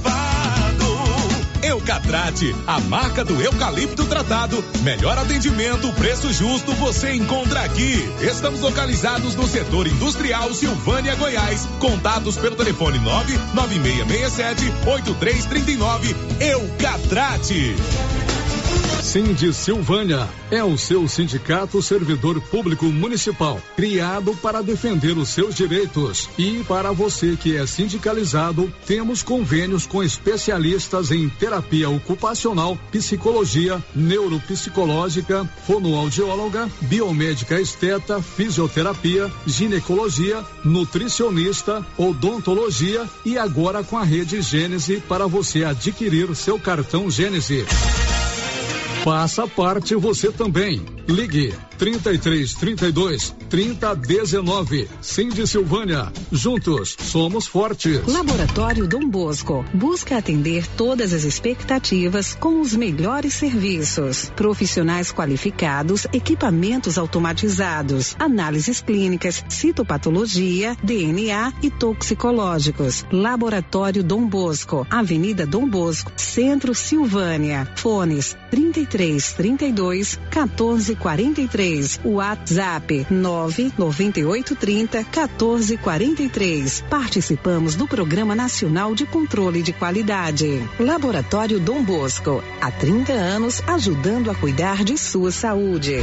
[SPEAKER 21] Eucatrate, a marca do eucalipto tratado. Melhor atendimento, preço justo, você encontra aqui. Estamos localizados no setor industrial Silvânia, Goiás. Contatos pelo telefone nove nove seis seis sete oito três três nove. Eucatrate.
[SPEAKER 8] Sindi Silvânia é o seu sindicato servidor público municipal, criado para defender os seus direitos. E para você que é sindicalizado, temos convênios com especialistas em terapia ocupacional, psicologia, neuropsicológica, fonoaudióloga, biomédica esteta, fisioterapia, ginecologia, nutricionista, odontologia e agora com a rede Gênese para você adquirir seu cartão Gênese. Faça parte você também. Ligue trinta e três, trinta e dois, trinta, dezenove. Sindi Silvânia. Juntos somos fortes.
[SPEAKER 22] Laboratório Dom Bosco busca atender todas as expectativas com os melhores serviços. Profissionais qualificados, equipamentos automatizados, análises clínicas, citopatologia, D N A e toxicológicos. Laboratório Dom Bosco, Avenida Dom Bosco, Centro Silvânia. Fones trinta e três, trinta e dois, quatorze, quarenta e três. WhatsApp nove nove oito trinta, quatorze, quarenta e três. Participamos do Programa Nacional de Controle de Qualidade. Laboratório Dom Bosco, há trinta anos ajudando a cuidar de sua saúde.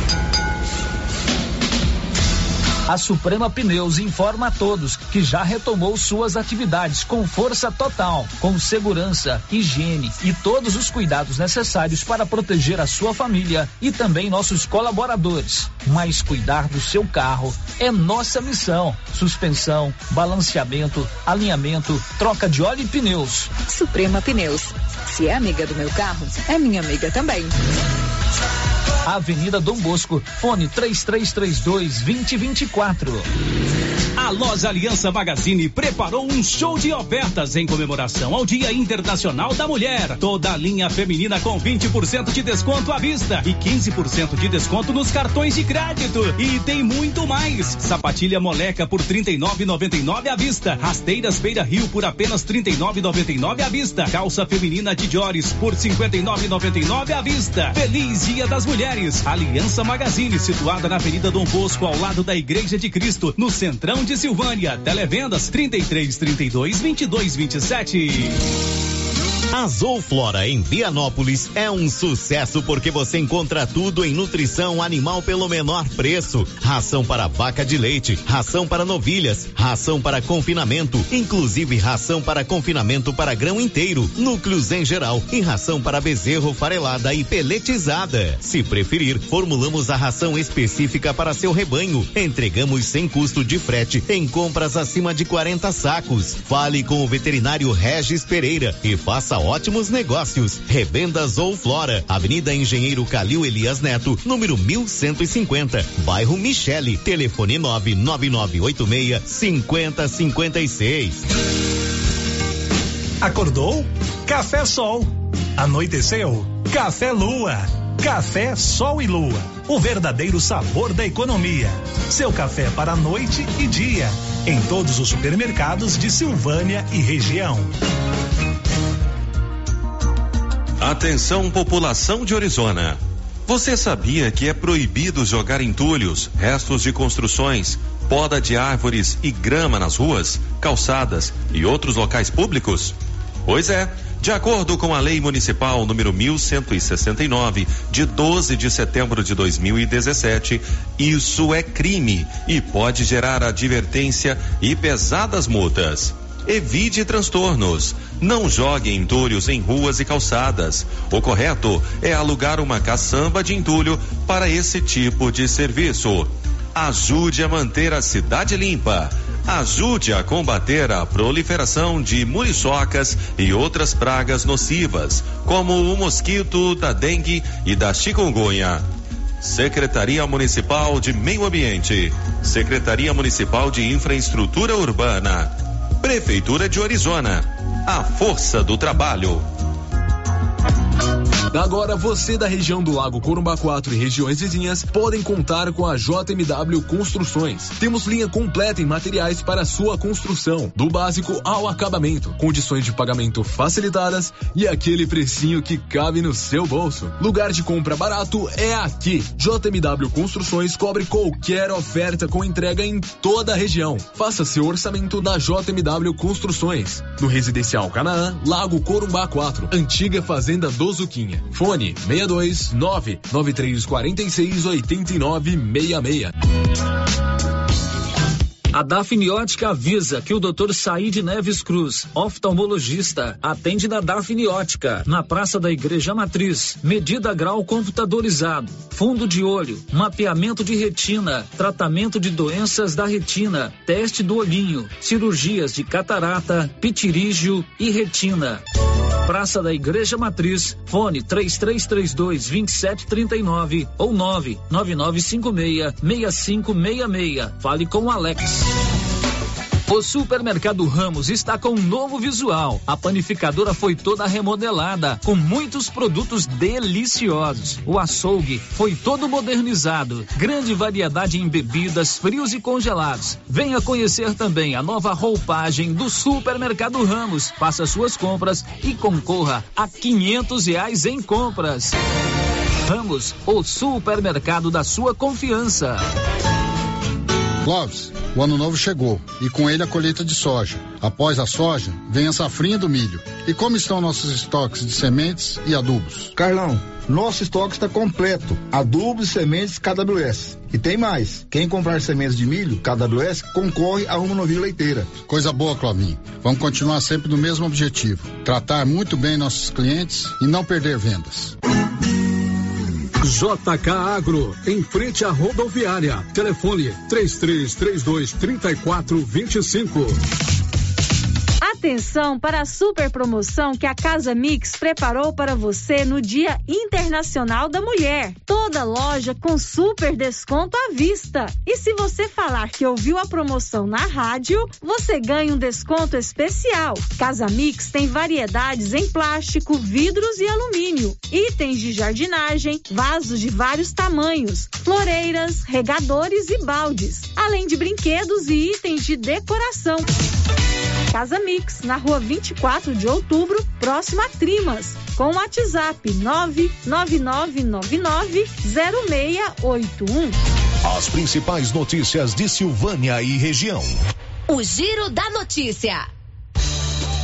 [SPEAKER 10] A Suprema Pneus informa a todos que já retomou suas atividades com força total, com segurança, higiene e todos os cuidados necessários para proteger a sua família e também nossos colaboradores. Mas cuidar do seu carro é nossa missão. Suspensão, balanceamento, alinhamento, troca de óleo e pneus.
[SPEAKER 22] Suprema Pneus. Se é amiga do meu carro, é minha amiga também.
[SPEAKER 10] Avenida Dom Bosco, fone três três três dois, dois zero dois quatro.
[SPEAKER 11] A loja Aliança Magazine preparou um show de ofertas em comemoração ao Dia Internacional da Mulher. Toda a linha feminina com vinte por cento de desconto à vista e quinze por cento de desconto nos cartões de crédito. E tem muito mais. Sapatilha Moleca por trinta e nove reais e noventa e nove centavos à vista. Rasteiras Beira Rio por apenas trinta e nove reais e noventa e nove centavos à vista. Calça feminina de Diores por cinquenta e nove reais e noventa e nove centavos à vista. Feliz Dia das Mulheres. Aliança Magazine, situada na Avenida Dom Bosco, ao lado da Igreja de Cristo, no Centrão de Silvânia. Televendas trinta e três, trinta e dois, vinte e dois, vinte e sete.
[SPEAKER 1] A Zooflora em Vianópolis é um sucesso porque você encontra tudo em nutrição animal pelo menor preço. Ração para vaca de leite, ração para novilhas, ração para confinamento, inclusive ração para confinamento para grão inteiro, núcleos em geral e ração para bezerro farelada e peletizada. Se preferir, formulamos a ração específica para seu rebanho. Entregamos sem custo de frete em compras acima de quarenta sacos. Fale com o veterinário Regis Pereira e faça ótimos negócios. Revendas ou Flora, Avenida Engenheiro Calil Elias Neto, número mil cento e cinquenta, bairro Michele, telefone nove nove nove oito seis cinco zero cinco seis.
[SPEAKER 7] Acordou? Café Sol. Anoiteceu? Café Lua. Café Sol e Lua, o verdadeiro sabor da economia. Seu café para noite e dia, em todos os supermercados de Silvânia e região.
[SPEAKER 23] Atenção, população de Orizona. Você sabia que é proibido jogar entulhos, restos de construções, poda de árvores e grama nas ruas, calçadas e outros locais públicos? Pois é. De acordo com a Lei Municipal número mil cento e sessenta e nove, de doze de setembro de dois mil e dezessete, isso é crime e pode gerar advertência e pesadas multas. Evite transtornos. Não jogue entulhos em ruas e calçadas. O correto é alugar uma caçamba de entulho para esse tipo de serviço. Ajude a manter a cidade limpa. Ajude a combater a proliferação de muriçocas e outras pragas nocivas, como o mosquito da dengue e da chikungunya. Secretaria Municipal de Meio Ambiente, Secretaria Municipal de Infraestrutura Urbana, Prefeitura de Orizona, a força do trabalho.
[SPEAKER 24] Agora você da região do Lago Corumbá quatro e regiões vizinhas podem contar com a J M W Construções. Temos linha completa em materiais para sua construção, do básico ao acabamento, condições de pagamento facilitadas e aquele precinho que cabe no seu bolso. Lugar de compra barato é aqui. J M W Construções cobre qualquer oferta com entrega em toda a região. Faça seu orçamento na J M W Construções. No Residencial Canaã, Lago Corumbá quatro, antiga Fazenda do Zuquinha. Fone seis dois nove nove três quatro seis oito nove seis seis.
[SPEAKER 10] A Dafniótica avisa que o doutor Saíde Neves Cruz, oftalmologista, atende na Dafniótica, na Praça da Igreja Matriz. Medida grau computadorizado, fundo de olho, mapeamento de retina, tratamento de doenças da retina, teste do olhinho, cirurgias de catarata, pitirígio e retina. Praça da Igreja Matriz, fone três três três dois, dois sete três nove ou nove nove nove cinco seis, seis cinco seis seis. Fale com o Alex. O Supermercado Ramos está com um novo visual. A panificadora foi toda remodelada, com muitos produtos deliciosos. O açougue foi todo modernizado. Grande variedade em bebidas, frios e congelados. Venha conhecer também a nova roupagem do Supermercado Ramos. Faça suas compras e concorra a quinhentos reais em compras. Ramos, o supermercado da sua confiança.
[SPEAKER 25] Clóvis, o ano novo chegou e com ele a colheita de soja. Após a soja, vem a safrinha do milho. E como estão nossos estoques de sementes e adubos?
[SPEAKER 26] Carlão, nosso estoque está completo. Adubos e sementes K W S. E tem mais, quem comprar sementes de milho K W S concorre a uma novilha leiteira.
[SPEAKER 25] Coisa boa, Clovinho. Vamos continuar sempre no mesmo objetivo. Tratar muito bem nossos clientes e não perder vendas.
[SPEAKER 8] J K Agro, em frente à rodoviária. Telefone três três três dois, três quatro dois cinco.
[SPEAKER 4] Atenção para a super promoção que a Casa Mix preparou para você no Dia Internacional da Mulher. Toda loja com super desconto à vista. E se você falar que ouviu a promoção na rádio, você ganha um desconto especial. Casa Mix tem variedades em plástico, vidros e alumínio, itens de jardinagem, vasos de vários tamanhos, floreiras, regadores e baldes, além de brinquedos e itens de decoração. Casa Mix, na rua vinte e quatro de outubro, próximo a Trimas, com o WhatsApp nove nove nove nove nove zero seis oito um.
[SPEAKER 21] As principais notícias de Silvânia e região.
[SPEAKER 27] O Giro da Notícia.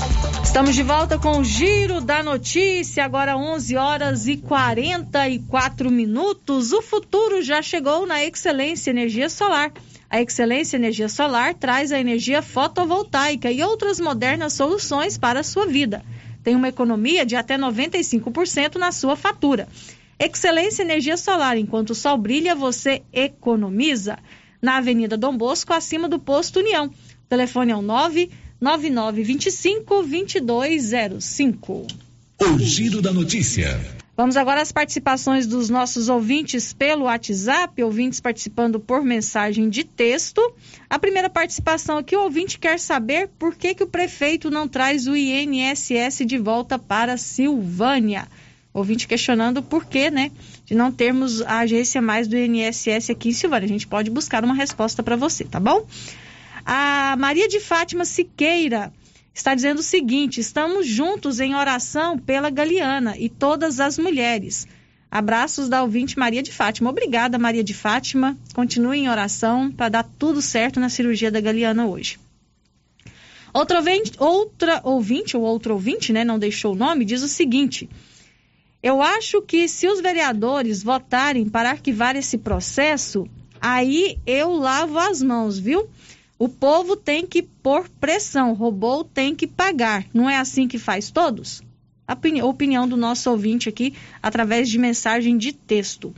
[SPEAKER 4] Estamos de volta com o Giro da Notícia, agora onze horas e quarenta e quatro minutos. O futuro já chegou na Excelência Energia Solar. A Excelência Energia Solar traz a energia fotovoltaica e outras modernas soluções para a sua vida. Tem uma economia de até noventa e cinco por cento na sua fatura. Excelência Energia Solar, enquanto o sol brilha, você economiza. Na Avenida Dom Bosco, acima do Posto União. O telefone é o nove nove nove dois cinco, dois dois zero cinco.
[SPEAKER 21] O Giro da Notícia.
[SPEAKER 4] Vamos agora às participações dos nossos ouvintes pelo WhatsApp, ouvintes participando por mensagem de texto. A primeira participação aqui, o ouvinte quer saber por que, que o prefeito não traz o I N S S de volta para Silvânia. Ouvinte questionando por que, né, de não termos a agência mais do I N S S aqui em Silvânia. A gente pode buscar uma resposta para você, tá bom? A Maria de Fátima Siqueira está dizendo o seguinte: estamos juntos em oração pela Galiana e todas as mulheres. Abraços da ouvinte Maria de Fátima. Obrigada, Maria de Fátima. Continue em oração para dar tudo certo na cirurgia da Galiana hoje. Outra ouvinte, outra ouvinte ou outro ouvinte, né, não deixou o nome, diz o seguinte: eu acho que se os vereadores votarem para arquivar esse processo, aí eu lavo as mãos, viu? O povo tem que pôr pressão, roubou tem que pagar. Não é assim que faz todos? A opinião do nosso ouvinte aqui, através de mensagem de texto.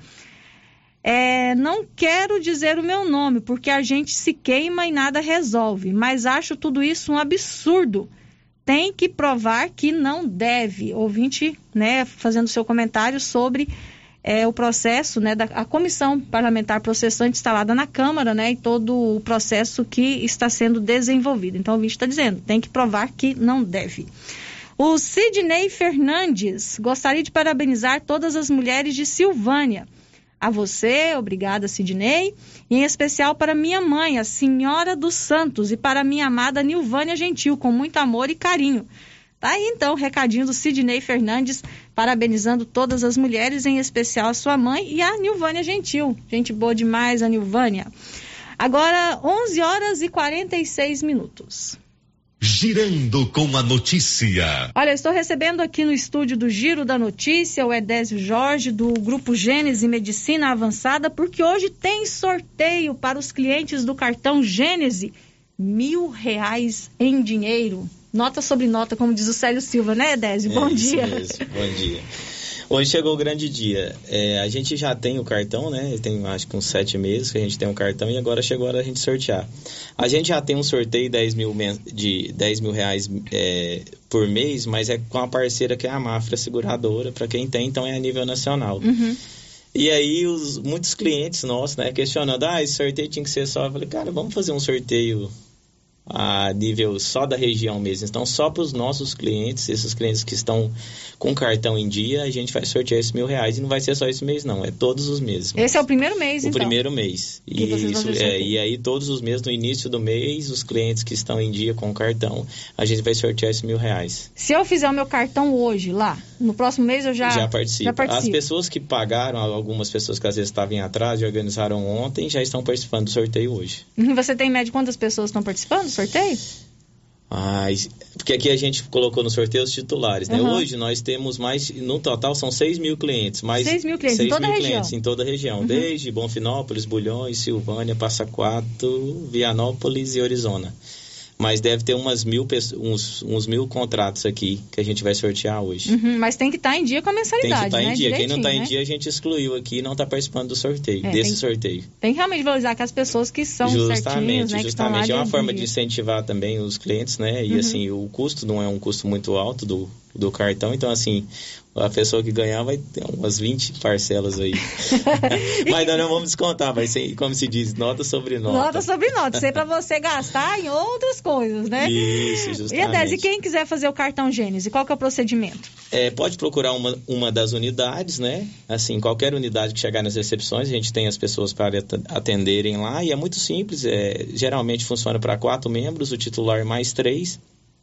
[SPEAKER 4] É, não quero dizer o meu nome, porque a gente se queima e nada resolve, mas acho tudo isso um absurdo. Tem que provar que não deve. Ouvinte, né, fazendo seu comentário sobre é, o processo, né, da a comissão parlamentar processante instalada na Câmara, né, e todo o processo que está sendo desenvolvido. Então, o ouvinte está dizendo, tem que provar que não deve. O Sidney Fernandes, gostaria de parabenizar todas as mulheres de Silvânia. A você, obrigada, Sidney, e em especial para minha mãe, a Senhora dos Santos, e para minha amada Nilvânia Gentil, com muito amor e carinho. Tá aí, então, o recadinho do Sidney Fernandes, parabenizando todas as mulheres, em especial a sua mãe e a Nilvânia Gentil. Gente boa demais, a Nilvânia. Agora, onze horas e quarenta e seis minutos.
[SPEAKER 21] Girando com a notícia.
[SPEAKER 4] Olha, eu estou recebendo aqui no estúdio do Giro da Notícia o Edésio Jorge, do Grupo Gênese Medicina Avançada, porque hoje tem sorteio para os clientes do cartão Gênese, mil reais em dinheiro. Nota sobre nota, como diz o Célio Silva, né, Edésio? Bom
[SPEAKER 3] é,
[SPEAKER 4] dia.
[SPEAKER 3] Isso mesmo. Bom dia. Hoje chegou o grande dia. É, a gente já tem o cartão, né? Tem acho que uns sete meses que a gente tem o cartão e agora chegou a hora da gente sortear. A gente já tem um sorteio de dez mil, de dez mil reais é, por mês, mas é com a parceira que é a Mafra Seguradora, para quem tem, então é a nível nacional.
[SPEAKER 4] Uhum.
[SPEAKER 3] E aí os, muitos clientes nossos, né, questionando, ah, esse sorteio tinha que ser só. Eu falei, cara, vamos fazer um sorteio a nível só da região mesmo. Então, só para os nossos clientes, esses clientes que estão com cartão em dia, a gente vai sortear esses mil reais e não vai ser só esse mês, não. É todos os meses.
[SPEAKER 4] Esse é o primeiro mês,
[SPEAKER 3] o
[SPEAKER 4] então?
[SPEAKER 3] O primeiro mês. E, isso, é, e aí, todos os meses, no início do mês, os clientes que estão em dia com o cartão, a gente vai sortear esses mil reais.
[SPEAKER 4] Se eu fizer o meu cartão hoje, lá, no próximo mês eu já,
[SPEAKER 3] já, participo.
[SPEAKER 4] já participo.
[SPEAKER 3] As pessoas que pagaram, algumas pessoas que às vezes estavam em atraso e organizaram ontem, já estão participando do sorteio hoje.
[SPEAKER 4] Você tem em média quantas pessoas estão participando do sorteio?
[SPEAKER 3] Ah, porque aqui a gente colocou no sorteio os titulares, né?
[SPEAKER 4] Uhum.
[SPEAKER 3] Hoje nós temos mais, no total são seis mil clientes. Mais
[SPEAKER 4] seis mil clientes,
[SPEAKER 3] seis
[SPEAKER 4] em toda
[SPEAKER 3] mil
[SPEAKER 4] a região?
[SPEAKER 3] Clientes em toda a região, uhum. Desde Bonfinópolis, Bulhões, Silvânia, Passa Quatro, Vianópolis e Orizona. Mas deve ter umas mil, uns, uns mil contratos aqui que a gente vai sortear hoje.
[SPEAKER 4] Uhum, mas tem que estar em dia com a mensalidade,
[SPEAKER 3] né? Tem que estar
[SPEAKER 4] né?
[SPEAKER 3] em dia. Quem não está
[SPEAKER 4] né?
[SPEAKER 3] em dia, a gente excluiu aqui e não está participando do sorteio, é, desse
[SPEAKER 4] tem,
[SPEAKER 3] sorteio.
[SPEAKER 4] Tem que realmente valorizar que as pessoas que são
[SPEAKER 3] justamente,
[SPEAKER 4] certinhos, né?
[SPEAKER 3] Justamente,
[SPEAKER 4] que
[SPEAKER 3] é uma forma
[SPEAKER 4] dia.
[SPEAKER 3] de incentivar também os clientes, né? E
[SPEAKER 4] uhum.
[SPEAKER 3] assim, o custo não é um custo muito alto do, do cartão, então assim, a pessoa que ganhar vai ter umas vinte parcelas aí. Mas nós não vamos descontar, vai ser, como se diz, nota sobre nota.
[SPEAKER 4] Nota sobre nota, isso é para você gastar em outras coisas, né?
[SPEAKER 3] Isso, justamente.
[SPEAKER 4] E, Edésio, e quem quiser fazer o cartão Gênese, qual que é o procedimento?
[SPEAKER 3] É, pode procurar uma, uma das unidades, né? Assim, qualquer unidade que chegar nas recepções, a gente tem as pessoas para atenderem lá e é muito simples, é, geralmente funciona para quatro membros, o titular mais três.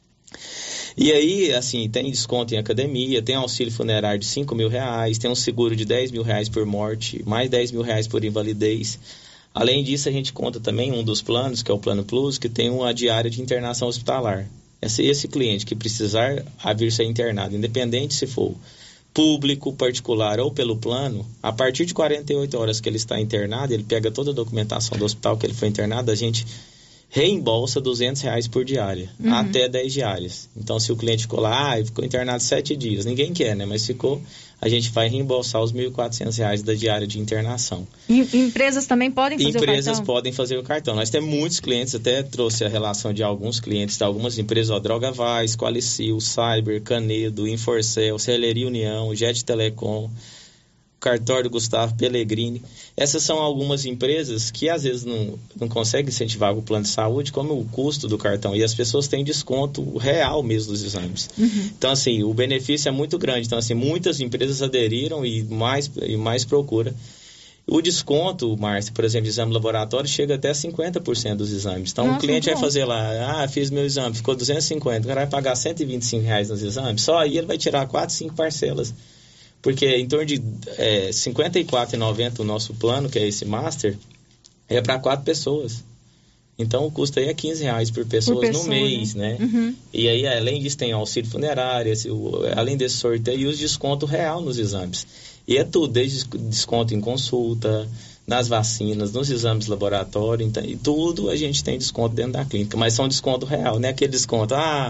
[SPEAKER 3] E aí, assim, tem desconto em academia, tem auxílio funerário de cinco mil reais, tem um seguro de dez mil reais por morte, mais dez mil reais por invalidez. Além disso, a gente conta também um dos planos, que é o Plano Plus, que tem uma diária de internação hospitalar. esse, esse cliente que precisar a vir ser internado, independente se for público, particular ou pelo plano, a partir de quarenta e oito horas que ele está internado, ele pega toda a documentação do hospital que ele foi internado, a gente reembolsa duzentos reais por diária, uhum. até dez diárias. Então, se o cliente ficou lá, ah, ficou internado sete dias, ninguém quer, né? Mas ficou, a gente vai reembolsar os mil e quatrocentos reais da diária de internação.
[SPEAKER 4] E empresas também podem fazer
[SPEAKER 3] empresas
[SPEAKER 4] o cartão?
[SPEAKER 3] Empresas podem fazer o cartão. Nós temos muitos clientes, até trouxe a relação de alguns clientes de algumas empresas, ó, Droga Vaz, Qualicil, Cyber, Canedo, Inforcel, Celeria União, Jet Telecom, Cartório Gustavo Pellegrini. Essas são algumas empresas que às vezes não, não conseguem incentivar o plano de saúde, como o custo do cartão. E as pessoas têm desconto real mesmo dos exames. Uhum. Então, assim, o benefício é muito grande. Então, assim, muitas empresas aderiram e mais, e mais procura. O desconto, Márcio, por exemplo, de exame laboratório, chega até cinquenta por cento dos exames. Então, Nossa, o cliente vai fazer lá, ah, fiz meu exame, ficou duzentos e cinquenta, o cara vai pagar cento e vinte e cinco reais nos exames, só aí ele vai tirar quatro, cinco parcelas. Porque em torno de é, cinquenta e quatro reais e noventa centavos o nosso plano, que é esse Master, é para quatro pessoas. Então o custo aí é quinze reais por pessoa, por pessoa no mês, né? né? Uhum. E aí, além disso, tem auxílio funerário, esse, o, além desse sorteio, e os descontos real nos exames. E é tudo, desde desconto em consulta, nas vacinas, nos exames de laboratório, então, e tudo a gente tem desconto dentro da clínica, mas são desconto real, não é aquele desconto, ah...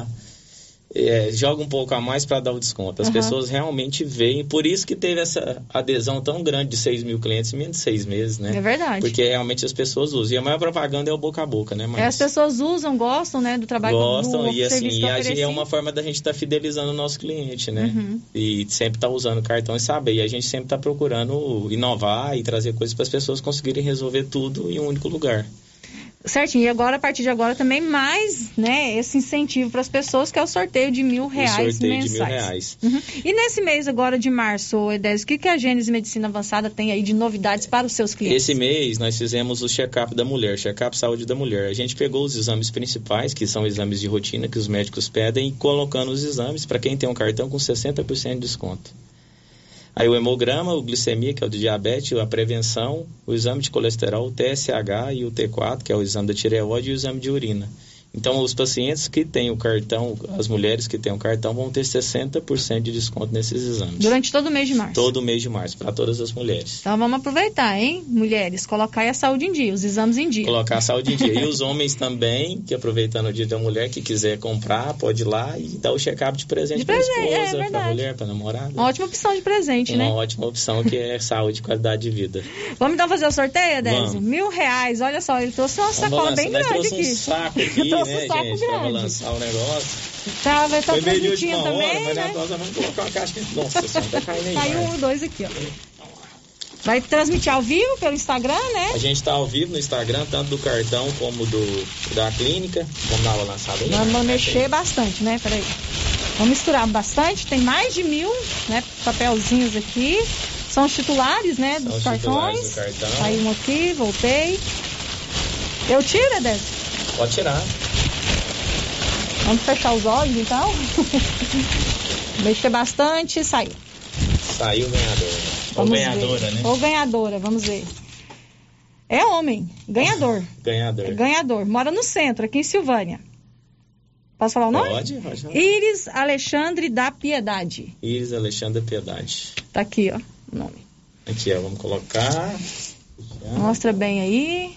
[SPEAKER 3] É, joga um pouco a mais para dar o desconto. As uhum. pessoas realmente veem, por isso que teve essa adesão tão grande de seis mil clientes em menos de seis meses, né?
[SPEAKER 4] É verdade.
[SPEAKER 3] Porque realmente as pessoas usam. E a maior propaganda é o boca a boca, né? Mas...
[SPEAKER 4] É, as pessoas usam, gostam, né, do trabalho
[SPEAKER 3] gostam,
[SPEAKER 4] do
[SPEAKER 3] e assim, e a gente, é uma forma da gente estar tá fidelizando o nosso cliente, né? Uhum. E sempre estar tá usando o cartão e saber. E a gente sempre está procurando inovar e trazer coisas para as pessoas conseguirem resolver tudo em um único lugar.
[SPEAKER 4] Certinho, e agora, a partir de agora, também mais, né, esse incentivo para as pessoas, que é o sorteio de mil reais
[SPEAKER 3] o sorteio
[SPEAKER 4] mensais.
[SPEAKER 3] de mil reais.
[SPEAKER 4] Uhum. E nesse mês agora de março, Edésio, o que, que a Gênesis Medicina Avançada tem aí de novidades para os seus clientes?
[SPEAKER 3] Esse mês nós fizemos o check-up da mulher, check-up saúde da mulher. A gente pegou os exames principais, que são exames de rotina que os médicos pedem, e colocando os exames para quem tem um cartão com sessenta por cento de desconto. Aí o hemograma, o glicemia, que é o de diabetes, a prevenção, o exame de colesterol, o T S H e o T quatro, que é o exame da tireoide, e o exame de urina. Então, os pacientes que têm o cartão, as mulheres que têm o cartão, vão ter sessenta por cento de desconto nesses exames.
[SPEAKER 4] Durante todo o mês de março?
[SPEAKER 3] Todo o mês de março, para todas as mulheres.
[SPEAKER 4] Então, vamos aproveitar, hein, mulheres? Colocar aí a saúde em dia, os exames em dia.
[SPEAKER 3] Colocar a saúde em dia. E os homens também, que aproveitando o dia da mulher, que quiser comprar, pode ir lá e dar o check-up de presente para a esposa, é, para a mulher, para a namorada.
[SPEAKER 4] Uma ótima opção de presente,
[SPEAKER 3] Uma
[SPEAKER 4] né?
[SPEAKER 3] Uma ótima opção, que é saúde e qualidade de vida.
[SPEAKER 4] Vamos então fazer o sorteio, Edésio? Mil reais, olha só, ele trouxe uma sacola bem grande aqui.
[SPEAKER 3] Um saco aqui,
[SPEAKER 4] trouxe
[SPEAKER 3] né,
[SPEAKER 4] um saco
[SPEAKER 3] gente?
[SPEAKER 4] grande.
[SPEAKER 3] Pra lançar o negócio.
[SPEAKER 4] Tá, vai estar
[SPEAKER 3] Foi meio de
[SPEAKER 4] transmitindo
[SPEAKER 3] última
[SPEAKER 4] também,
[SPEAKER 3] hora, mas
[SPEAKER 4] né?
[SPEAKER 3] nós vamos colocar uma caixa. Nossa senhora, tá caindo aí.
[SPEAKER 4] Caiu um, dois aqui, ó. Vai transmitir ao vivo pelo Instagram, né?
[SPEAKER 3] A gente tá ao vivo no Instagram, tanto do cartão como do da clínica. Vamos dar uma lançada aí.
[SPEAKER 4] Vamos mexer aí. Bastante, né? Peraí. Vamos misturar bastante. Tem mais de mil, né? Papelzinhos aqui. São os titulares, né? Dos
[SPEAKER 3] São
[SPEAKER 4] cartões.
[SPEAKER 3] Do cartão.
[SPEAKER 4] Aí um aqui, voltei. Eu tiro, Edésio?
[SPEAKER 3] Pode tirar.
[SPEAKER 4] Vamos fechar os olhos, então. Mexer bastante e saiu.
[SPEAKER 3] Saiu ganhador. Ou ganhadora,
[SPEAKER 4] ver.
[SPEAKER 3] né?
[SPEAKER 4] Ou ganhadora, vamos ver. É homem, ganhador.
[SPEAKER 3] Ganhador.
[SPEAKER 4] Ganhador. Mora no centro, aqui em Silvânia. Posso falar o nome?
[SPEAKER 3] Pode, pode falar.
[SPEAKER 4] Iris Alexandre da Piedade.
[SPEAKER 3] Iris Alexandre da Piedade.
[SPEAKER 4] Tá aqui, ó, o nome.
[SPEAKER 3] Aqui, ó, vamos colocar.
[SPEAKER 4] Mostra bem aí.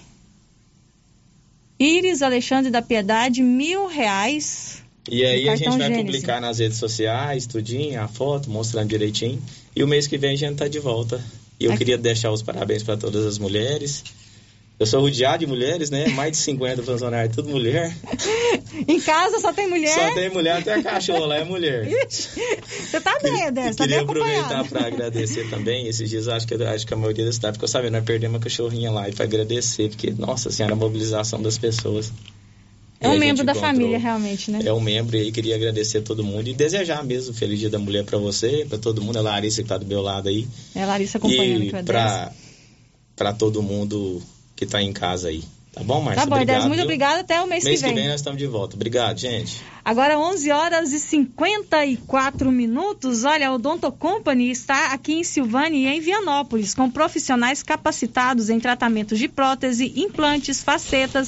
[SPEAKER 4] Iris Alexandre da Piedade, mil reais.
[SPEAKER 3] E aí a gente vai
[SPEAKER 4] Gênesis.
[SPEAKER 3] publicar nas redes sociais, tudinho, a foto, mostrando direitinho. E o mês que vem a gente tá de volta. E eu Aqui. queria deixar os parabéns para todas as mulheres. Eu sou rodeado de mulheres, né? Mais de cinquenta funcionários, tudo mulher.
[SPEAKER 4] Em casa só tem mulher?
[SPEAKER 3] Só tem mulher, até a cachorra lá é mulher.
[SPEAKER 4] Você tá bem, Edésio, tá bem
[SPEAKER 3] Queria
[SPEAKER 4] acompanhado.
[SPEAKER 3] aproveitar para agradecer também. Esses dias acho que, acho que a maioria da cidade ficou sabendo, nós perdemos uma cachorrinha lá. E para agradecer, porque, nossa senhora, a mobilização das pessoas.
[SPEAKER 4] É um membro da família, realmente, né?
[SPEAKER 3] É um membro, e aí queria agradecer a todo mundo e desejar mesmo o Feliz Dia da Mulher para você, para todo mundo. A Larissa que tá do meu lado aí.
[SPEAKER 4] É a Larissa acompanhando
[SPEAKER 3] e para para todo mundo que tá em casa aí. Tá bom, Márcia?
[SPEAKER 4] Tá bom,
[SPEAKER 3] obrigado,
[SPEAKER 4] muito obrigada. Até o mês,
[SPEAKER 3] mês
[SPEAKER 4] que vem.
[SPEAKER 3] Mês que vem nós estamos de volta. Obrigado, gente.
[SPEAKER 4] Agora, onze horas e cinquenta e quatro minutos. Olha, a Odonto Company está aqui em Silvânia e em Vianópolis, com profissionais capacitados em tratamentos de prótese, implantes, facetas,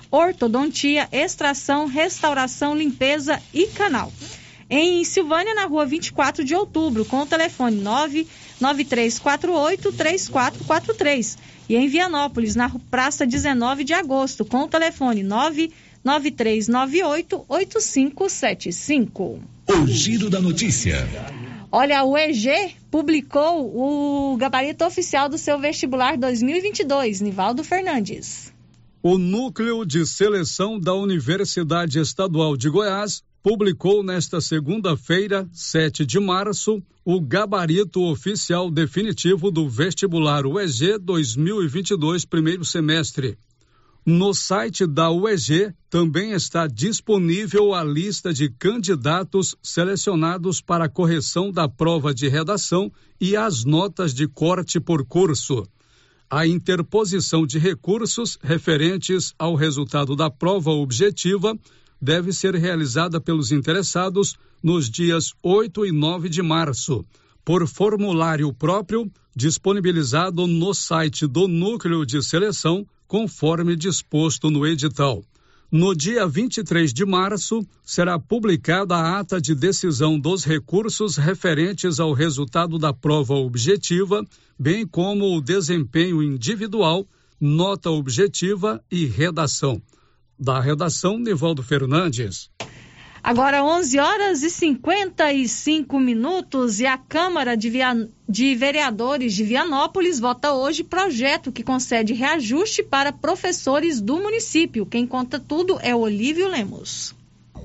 [SPEAKER 4] ortodontia, extração, restauração, limpeza e canal. Em Silvânia, na rua vinte e quatro de outubro, com o telefone nove nove três quatro oito, três quatro quatro três. E em Vianópolis, na Praça dezenove de agosto, com o telefone nove nove três nove oito, oito cinco sete cinco.
[SPEAKER 2] O Giro da Notícia.
[SPEAKER 4] Olha, o E G publicou o gabarito oficial do seu vestibular dois mil e vinte e dois, Nivaldo Fernandes.
[SPEAKER 8] O Núcleo de Seleção da Universidade Estadual de Goiás publicou nesta segunda-feira, sete de março, o gabarito oficial definitivo do vestibular U E G dois mil e vinte e dois, primeiro semestre. No site da U E G também está disponível a lista de candidatos selecionados para a correção da prova de redação e as notas de corte por curso. A interposição de recursos referentes ao resultado da prova objetiva deve ser realizada pelos interessados nos dias oito e nove de março, por formulário próprio disponibilizado no site do Núcleo de Seleção, conforme disposto no edital. No dia vinte e três de março, será publicada a ata de decisão dos recursos referentes ao resultado da prova objetiva, bem como o desempenho individual, nota objetiva e redação. Da redação, Nivaldo Fernandes.
[SPEAKER 4] Agora onze horas e cinquenta e cinco minutos e a Câmara de, Via... de Vereadores de Vianópolis vota hoje projeto que concede reajuste para professores do município. Quem conta tudo é Olívio Lemos.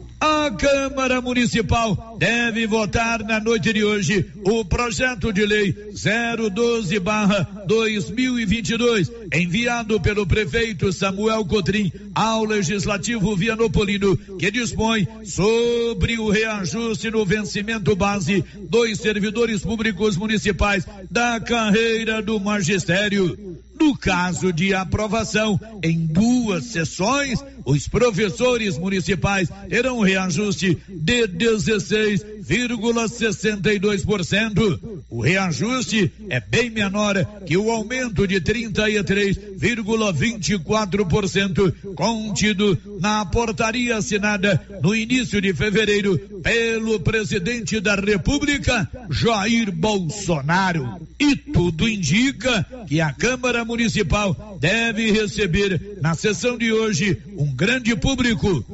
[SPEAKER 5] A Câmara Municipal deve votar na noite de hoje o projeto de lei zero doze barra dois mil e vinte e dois, enviado pelo prefeito Samuel Cotrim ao Legislativo Vianopolino, que dispõe sobre o reajuste no vencimento base dos servidores públicos municipais da carreira do magistério. No caso de aprovação em duas sessões, os professores municipais terão reajuste de dezesseis vírgula sessenta e dois por cento. O reajuste é bem menor que o aumento de trinta e três vírgula vinte e quatro por cento contido na portaria assinada no início de fevereiro pelo presidente da República, Jair Bolsonaro. E tudo indica que a Câmara Municipal deve receber na sessão de hoje um grande público,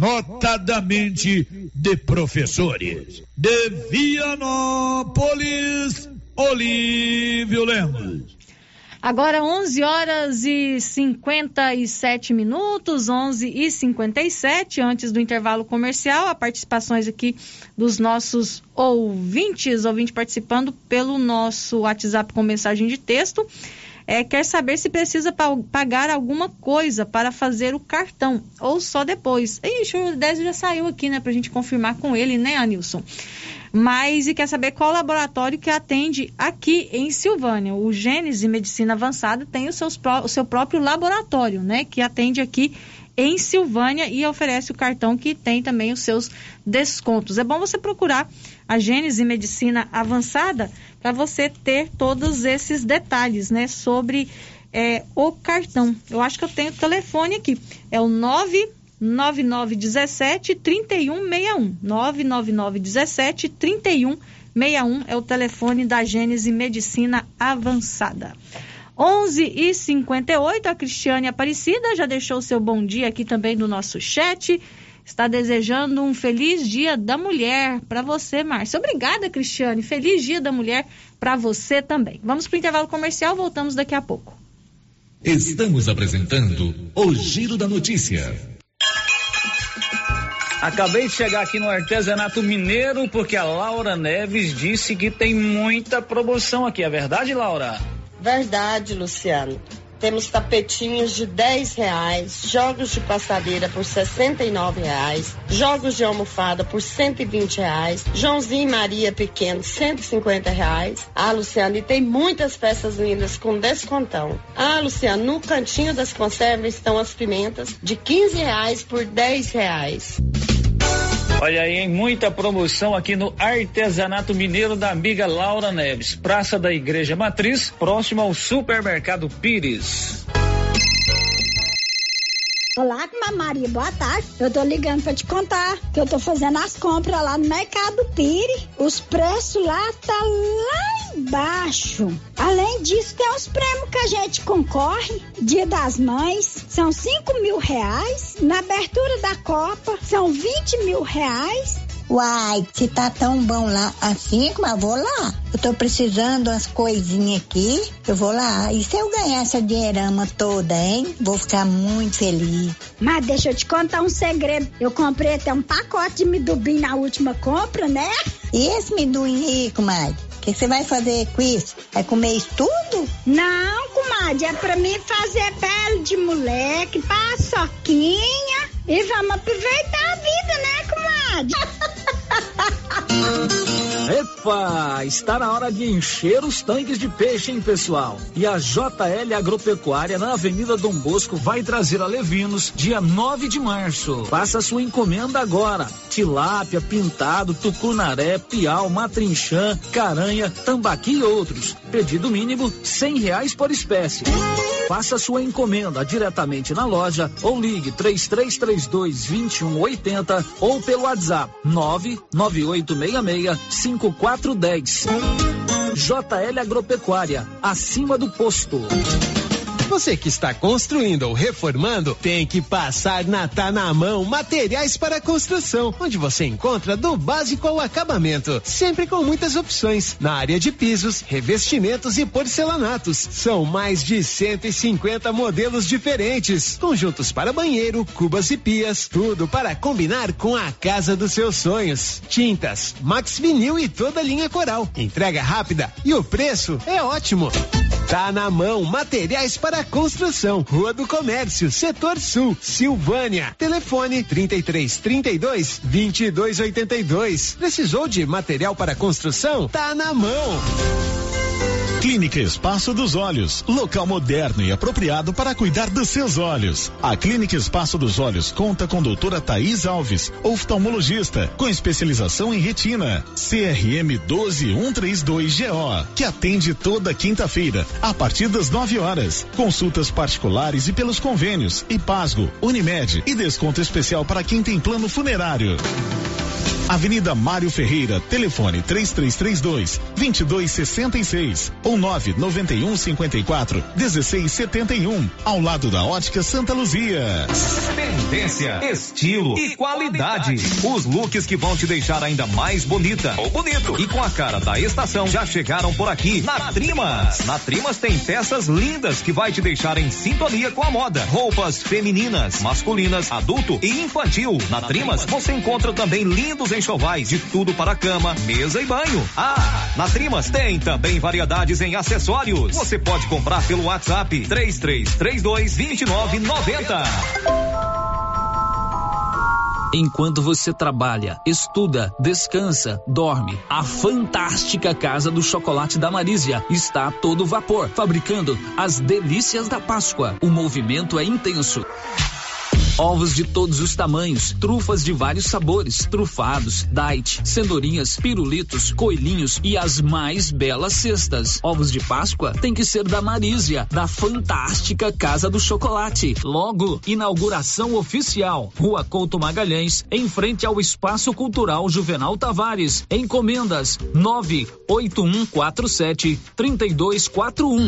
[SPEAKER 5] notadamente de professores. De Vianópolis, Olívio Lemos.
[SPEAKER 4] Agora onze horas e cinquenta e sete minutos, onze e cinquenta e sete, antes do intervalo comercial, a participações aqui dos nossos ouvintes, ouvinte participando pelo nosso WhatsApp com mensagem de texto. É, quer saber se precisa pa- pagar alguma coisa para fazer o cartão, ou só depois. Ixi, o Désio já saiu aqui, né, pra gente confirmar com ele, né, Anilson? Mas e quer saber qual laboratório que atende aqui em Silvânia. O Gênese Medicina Avançada tem os seus pró- o seu próprio laboratório, né, que atende aqui em Silvânia e oferece o cartão que tem também os seus descontos. É bom você procurar a Gênese Medicina Avançada para você ter todos esses detalhes, né, sobre é, o cartão. Eu acho que eu tenho o telefone aqui, é o nove nove nove um sete, três um seis um, nove nove nove um sete, três um seis um é o telefone da Gênese Medicina Avançada. onze e cinquenta e oito, a Cristiane Aparecida já deixou seu bom dia aqui também no nosso chat. Está desejando um feliz Dia da Mulher para você, Márcia. Obrigada, Cristiane. Feliz Dia da Mulher para você também. Vamos para o intervalo comercial, voltamos daqui a pouco.
[SPEAKER 2] Estamos apresentando o Giro da Notícia.
[SPEAKER 10] Acabei de chegar aqui no Artesanato Mineiro porque a Laura Neves disse que tem muita promoção aqui. É verdade, Laura?
[SPEAKER 9] Verdade, Luciano. Temos tapetinhos de dez reais, jogos de passadeira por sessenta e nove reais, jogos de almofada por cento e vinte reais, Joãozinho e Maria pequeno cento e cinquenta reais. Ah, Luciano, e tem muitas peças lindas com descontão. Ah, Luciano, no cantinho das conservas estão as pimentas de quinze reais por dez reais.
[SPEAKER 10] Olha aí, hein? Muita promoção aqui no Artesanato Mineiro da amiga Laura Neves, Praça da Igreja Matriz, próximo ao Supermercado Pires.
[SPEAKER 12] Olá, Comadre Maria, boa tarde. Eu tô ligando pra te contar que eu tô fazendo as compras lá no Mercado Pire. Os preços lá tá lá embaixo. Além disso, tem os prêmios que a gente concorre. Dia das Mães, são cinco mil reais. Na abertura da Copa, são vinte mil reais.
[SPEAKER 13] Uai, se tá tão bom lá assim, mas vou lá. Eu tô precisando umas coisinhas aqui, eu vou lá. E se eu ganhar essa dinheirama toda, hein? Vou ficar muito feliz.
[SPEAKER 12] Mas deixa eu te contar um segredo. Eu comprei até um pacote de midubim na última compra, né?
[SPEAKER 13] E esse midubim aí, comadre? O que você vai fazer com isso? Vai comer isso tudo?
[SPEAKER 12] Não, comadre, é pra mim fazer pele de moleque, paçoquinha e vamos aproveitar a vida, né, comadre?
[SPEAKER 10] Epa, está na hora de encher os tanques de peixe, hein, pessoal? E a J L Agropecuária, na Avenida Dom Bosco, vai trazer a Levinos dia nove de março. Faça sua encomenda agora. Tilápia, pintado, tucunaré, piau, matrinchã, caranha, tambaqui e outros. Pedido mínimo cem reais por espécie. Faça sua encomenda diretamente na loja ou ligue três três três dois, dois um oito zero ou pelo WhatsApp nove nove oito seis seis, cinco quatro um zero. J L Agropecuária, acima do posto.
[SPEAKER 14] Você que está construindo ou reformando, tem que passar na Tá na Mão Materiais para Construção, onde você encontra do básico ao acabamento, sempre com muitas opções na área de pisos, revestimentos e porcelanatos. São mais de cento e cinquenta modelos diferentes, conjuntos para banheiro, cubas e pias, tudo para combinar com a casa dos seus sonhos. Tintas, Max Vinil e toda a linha Coral. Entrega rápida e o preço é ótimo. Tá na Mão Materiais para Construção, Rua do Comércio, Setor Sul, Silvânia. Telefone trinta e três, trinta e dois, vinte e dois oitenta e dois. Precisou de material para construção? Tá na mão.
[SPEAKER 15] Clínica Espaço dos Olhos, local moderno e apropriado para cuidar dos seus olhos. A Clínica Espaço dos Olhos conta com doutora Thaís Alves, oftalmologista, com especialização em retina, C R M um dois um três dois G O, que atende toda quinta-feira, a partir das nove horas. Consultas particulares e pelos convênios, Ipasgo, Unimed e desconto especial para quem tem plano funerário. Avenida Mário Ferreira, telefone três três três dois, dois dois seis seis ou nove nove um cinco quatro, um seis sete um, ao lado da Ótica Santa Luzia.
[SPEAKER 16] Tendência, estilo e qualidade. Os looks que vão te deixar ainda mais bonita ou bonito e com a cara da estação já chegaram por aqui na Trimas. Na Trimas tem peças lindas que vai te deixar em sintonia com a moda. Roupas femininas, masculinas, adulto e infantil. Na Trimas você encontra também lindos enxovais de tudo para cama, mesa e banho. Ah, na Trimas tem também variedades em acessórios. Você pode comprar pelo WhatsApp três três três dois, dois nove nove zero.
[SPEAKER 10] Enquanto você trabalha, estuda, descansa, dorme, a fantástica Casa do Chocolate da Marísia está a todo vapor, fabricando as delícias da Páscoa. O movimento é intenso. Ovos de todos os tamanhos, trufas de vários sabores, trufados, date, cenourinhas, pirulitos, coelhinhos e as mais belas cestas. Ovos de Páscoa tem que ser da Marísia, da fantástica Casa do Chocolate. Logo, inauguração oficial. Rua Couto Magalhães, em frente ao Espaço Cultural Juvenal Tavares. Encomendas nove oito um quatro sete, três dois quatro um.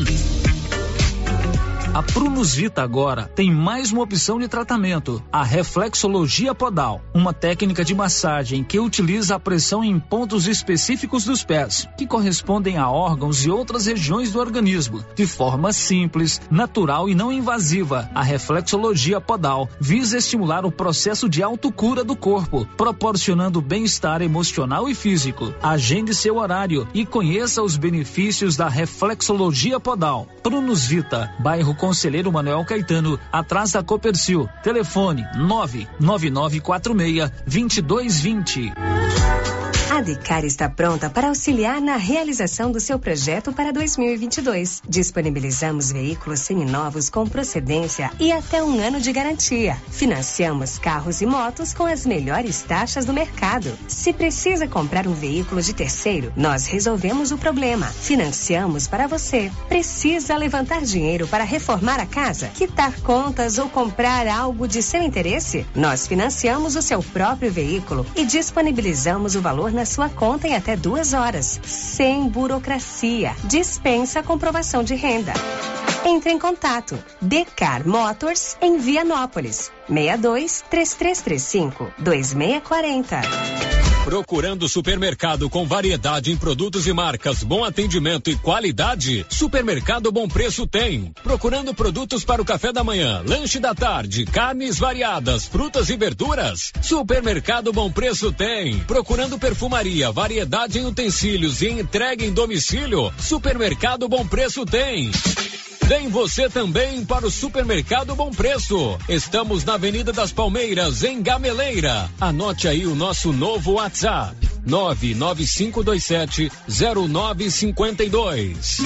[SPEAKER 10] A Prunus Vita agora tem mais uma opção de tratamento, a reflexologia podal, uma técnica de massagem que utiliza a pressão em pontos específicos dos pés, que correspondem a órgãos e outras regiões do organismo, de forma simples, natural e não invasiva. A reflexologia podal visa estimular o processo de autocura do corpo, proporcionando bem-estar emocional e físico. Agende seu horário e conheça os benefícios da reflexologia podal. Prunus Vita, bairro Conselheiro Manuel Caetano, atrás da Copercil. Telefone nove nove nove quatro seis, dois dois dois zero.
[SPEAKER 6] A Decar está pronta para auxiliar na realização do seu projeto para dois mil e vinte e dois. Disponibilizamos veículos seminovos com procedência e até um ano de garantia. Financiamos carros e motos com as melhores taxas do mercado. Se precisa comprar um veículo de terceiro, nós resolvemos o problema. Financiamos para você. Precisa levantar dinheiro para reformar a casa, quitar contas ou comprar algo de seu interesse? Nós financiamos o seu próprio veículo e disponibilizamos o valor na sua conta em até duas horas, sem burocracia. Dispensa a comprovação de renda. Entre em contato. Decar Motors em Vianópolis. seis dois, três três três cinco, dois seis quatro zero.
[SPEAKER 17] Procurando supermercado com variedade em produtos e marcas, bom atendimento e qualidade? Supermercado Bom Preço tem. Procurando produtos para o café da manhã, lanche da tarde, carnes variadas, frutas e verduras? Supermercado Bom Preço tem. Procurando perfumaria, variedade em utensílios e entrega em domicílio? Supermercado Bom Preço tem. Vem você também para o Supermercado Bom Preço. Estamos na Avenida das Palmeiras, em Gameleira. Anote aí o nosso novo WhatsApp: nove nove cinco dois sete zero nove cinco dois.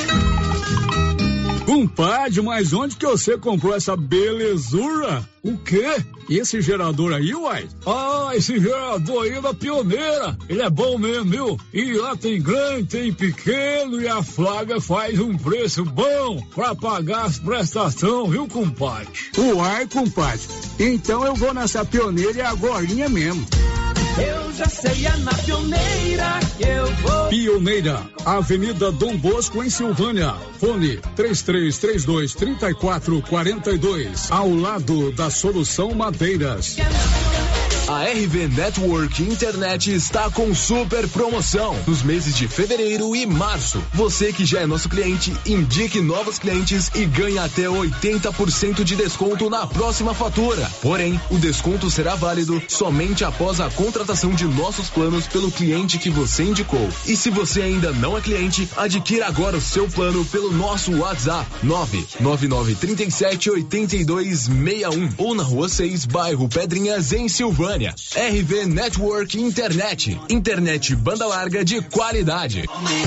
[SPEAKER 8] Compadre, mas onde que você comprou essa belezura? O quê? E esse gerador aí, uai? Ah, esse gerador aí é da Pioneira. Ele é bom mesmo, viu? E lá tem grande, tem pequeno e a Flávia faz um preço bom pra pagar as prestações, viu, compadre? Uai, compadre. Então eu vou nessa Pioneira e agorinha mesmo.
[SPEAKER 2] Eu já sei, é na Pioneira que eu vou.
[SPEAKER 8] Pioneira, Avenida Dom Bosco, em Silvânia. Fone três três três dois, três quatro quatro dois. Ao lado da Solução Madeiras.
[SPEAKER 24] A R V Network Internet está com super promoção nos meses de fevereiro e março. Você que já é nosso cliente, indique novos clientes e ganhe até oitenta por cento de desconto na próxima fatura. Porém, o desconto será válido somente após a contratação de nossos planos pelo cliente que você indicou. E se você ainda não é cliente, adquira agora o seu plano pelo nosso WhatsApp nove nove nove três sete oito dois seis um ou na Rua seis, bairro Pedrinhas, em Silvânia. R V Network Internet. Internet banda larga de qualidade.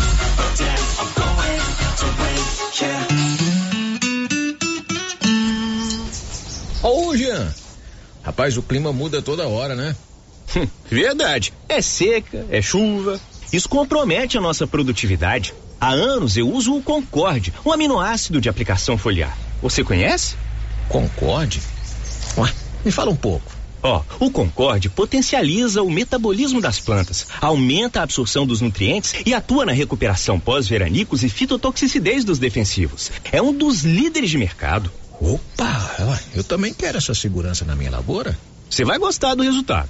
[SPEAKER 18] Ô, Jean, rapaz, o clima muda toda hora, né?
[SPEAKER 19] Hum, verdade. É seca, é chuva. Isso compromete a nossa produtividade. Há anos eu uso o Concorde, um aminoácido de aplicação foliar. Você conhece?
[SPEAKER 18] Concorde? Ué, me fala um pouco.
[SPEAKER 19] Ó, oh, o Concorde potencializa o metabolismo das plantas, aumenta a absorção dos nutrientes e atua na recuperação pós-veranicos e fitotoxicidez dos defensivos. É um dos líderes de mercado.
[SPEAKER 18] Opa, eu também quero essa segurança na minha lavoura.
[SPEAKER 19] Você vai gostar do resultado.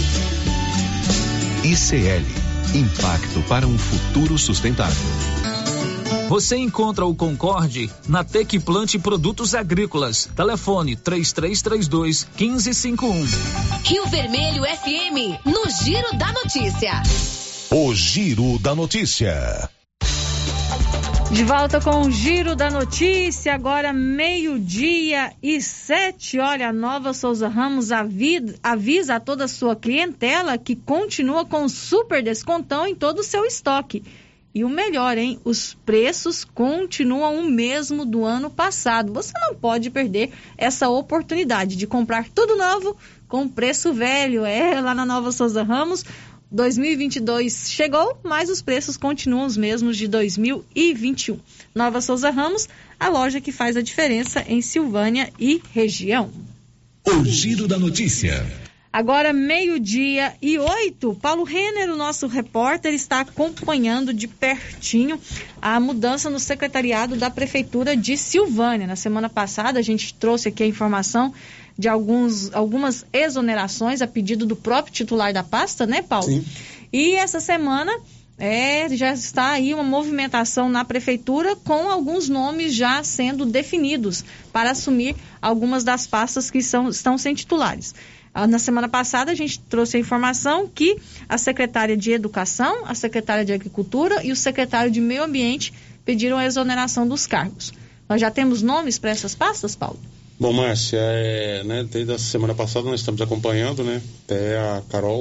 [SPEAKER 20] I C L, Impacto para um futuro sustentável.
[SPEAKER 10] Você encontra o Concorde na Tec Plante Produtos Agrícolas. Telefone três três três dois, um cinco cinco um.
[SPEAKER 22] Rio Vermelho F M, no Giro da Notícia.
[SPEAKER 21] O Giro da Notícia.
[SPEAKER 4] De volta com o Giro da Notícia, agora meio-dia e sete. Olha, a Nova Souza Ramos avisa, avisa a toda a sua clientela que continua com super descontão em todo o seu estoque. E o melhor, hein? Os preços continuam o mesmo do ano passado. Você não pode perder essa oportunidade de comprar tudo novo com preço velho. É, lá na Nova Souza Ramos, dois mil e vinte e dois chegou, mas os preços continuam os mesmos de dois mil e vinte e um. Nova Souza Ramos, a loja que faz a diferença em Silvânia e região.
[SPEAKER 21] O Giro da Notícia.
[SPEAKER 4] Agora, meio-dia e oito, Paulo Renner, o nosso repórter, está acompanhando de pertinho a mudança no secretariado da Prefeitura de Silvânia. Na semana passada, a gente trouxe aqui a informação de alguns, algumas exonerações a pedido do próprio titular da pasta, né, Paulo? Sim. E essa semana é, já está aí uma movimentação na Prefeitura com alguns nomes já sendo definidos para assumir algumas das pastas que são, estão sem titulares. Na semana passada, a gente trouxe a informação que a secretária de Educação, a secretária de Agricultura e o secretário de Meio Ambiente pediram a exoneração dos cargos. Nós já temos nomes para essas pastas, Paulo?
[SPEAKER 27] Bom, Márcia, é, né, desde a semana passada nós estamos acompanhando, né, até a Carol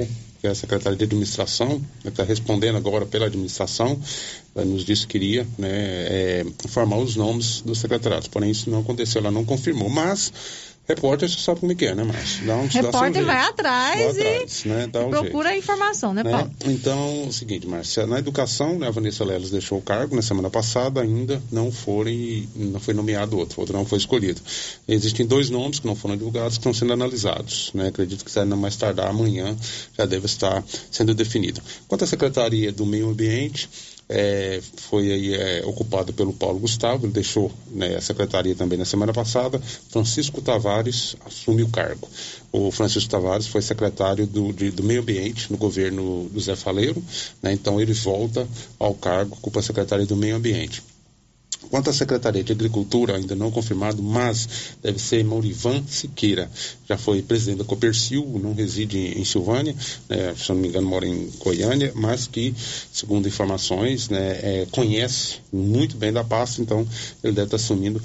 [SPEAKER 1] que é a Secretaria de Administração, que está respondendo agora pela administração, ela nos disse que iria, né, é, informar os nomes dos secretariados, porém isso não aconteceu, ela não confirmou, mas repórter, você sabe como é que é, né, Márcio? Dá um,
[SPEAKER 4] repórter vai atrás,
[SPEAKER 1] vai atrás,
[SPEAKER 4] e,
[SPEAKER 1] né? Dá
[SPEAKER 4] e
[SPEAKER 1] um
[SPEAKER 4] procura
[SPEAKER 1] jeito.
[SPEAKER 4] a informação, né, Paulo?
[SPEAKER 1] Né? Então, é o seguinte, Márcia, na educação, né, a Vanessa Leles deixou o cargo na semana passada, ainda não foi, não foi nomeado outro, outro não foi escolhido. Existem dois nomes que não foram divulgados, que estão sendo analisados, né? Acredito que ainda mais tardar amanhã já deve estar sendo definido. Quanto à Secretaria do Meio Ambiente, É, foi aí, é, ocupado pelo Paulo Gustavo, ele deixou, né, a secretaria também na semana passada. Francisco Tavares assume o cargo. O Francisco Tavares foi secretário do, de, do Meio Ambiente no governo do Zé Faleiro, né, então ele volta ao cargo, ocupa a Secretaria do Meio Ambiente. Quanto à Secretaria de Agricultura, ainda não confirmado, mas deve ser Maurivan Siqueira. Já foi presidente da Copercil, não reside em, em Silvânia, né, se não me engano mora em Goiânia, mas que, segundo informações, né, é, conhece muito bem da pasta, então ele deve estar assumindo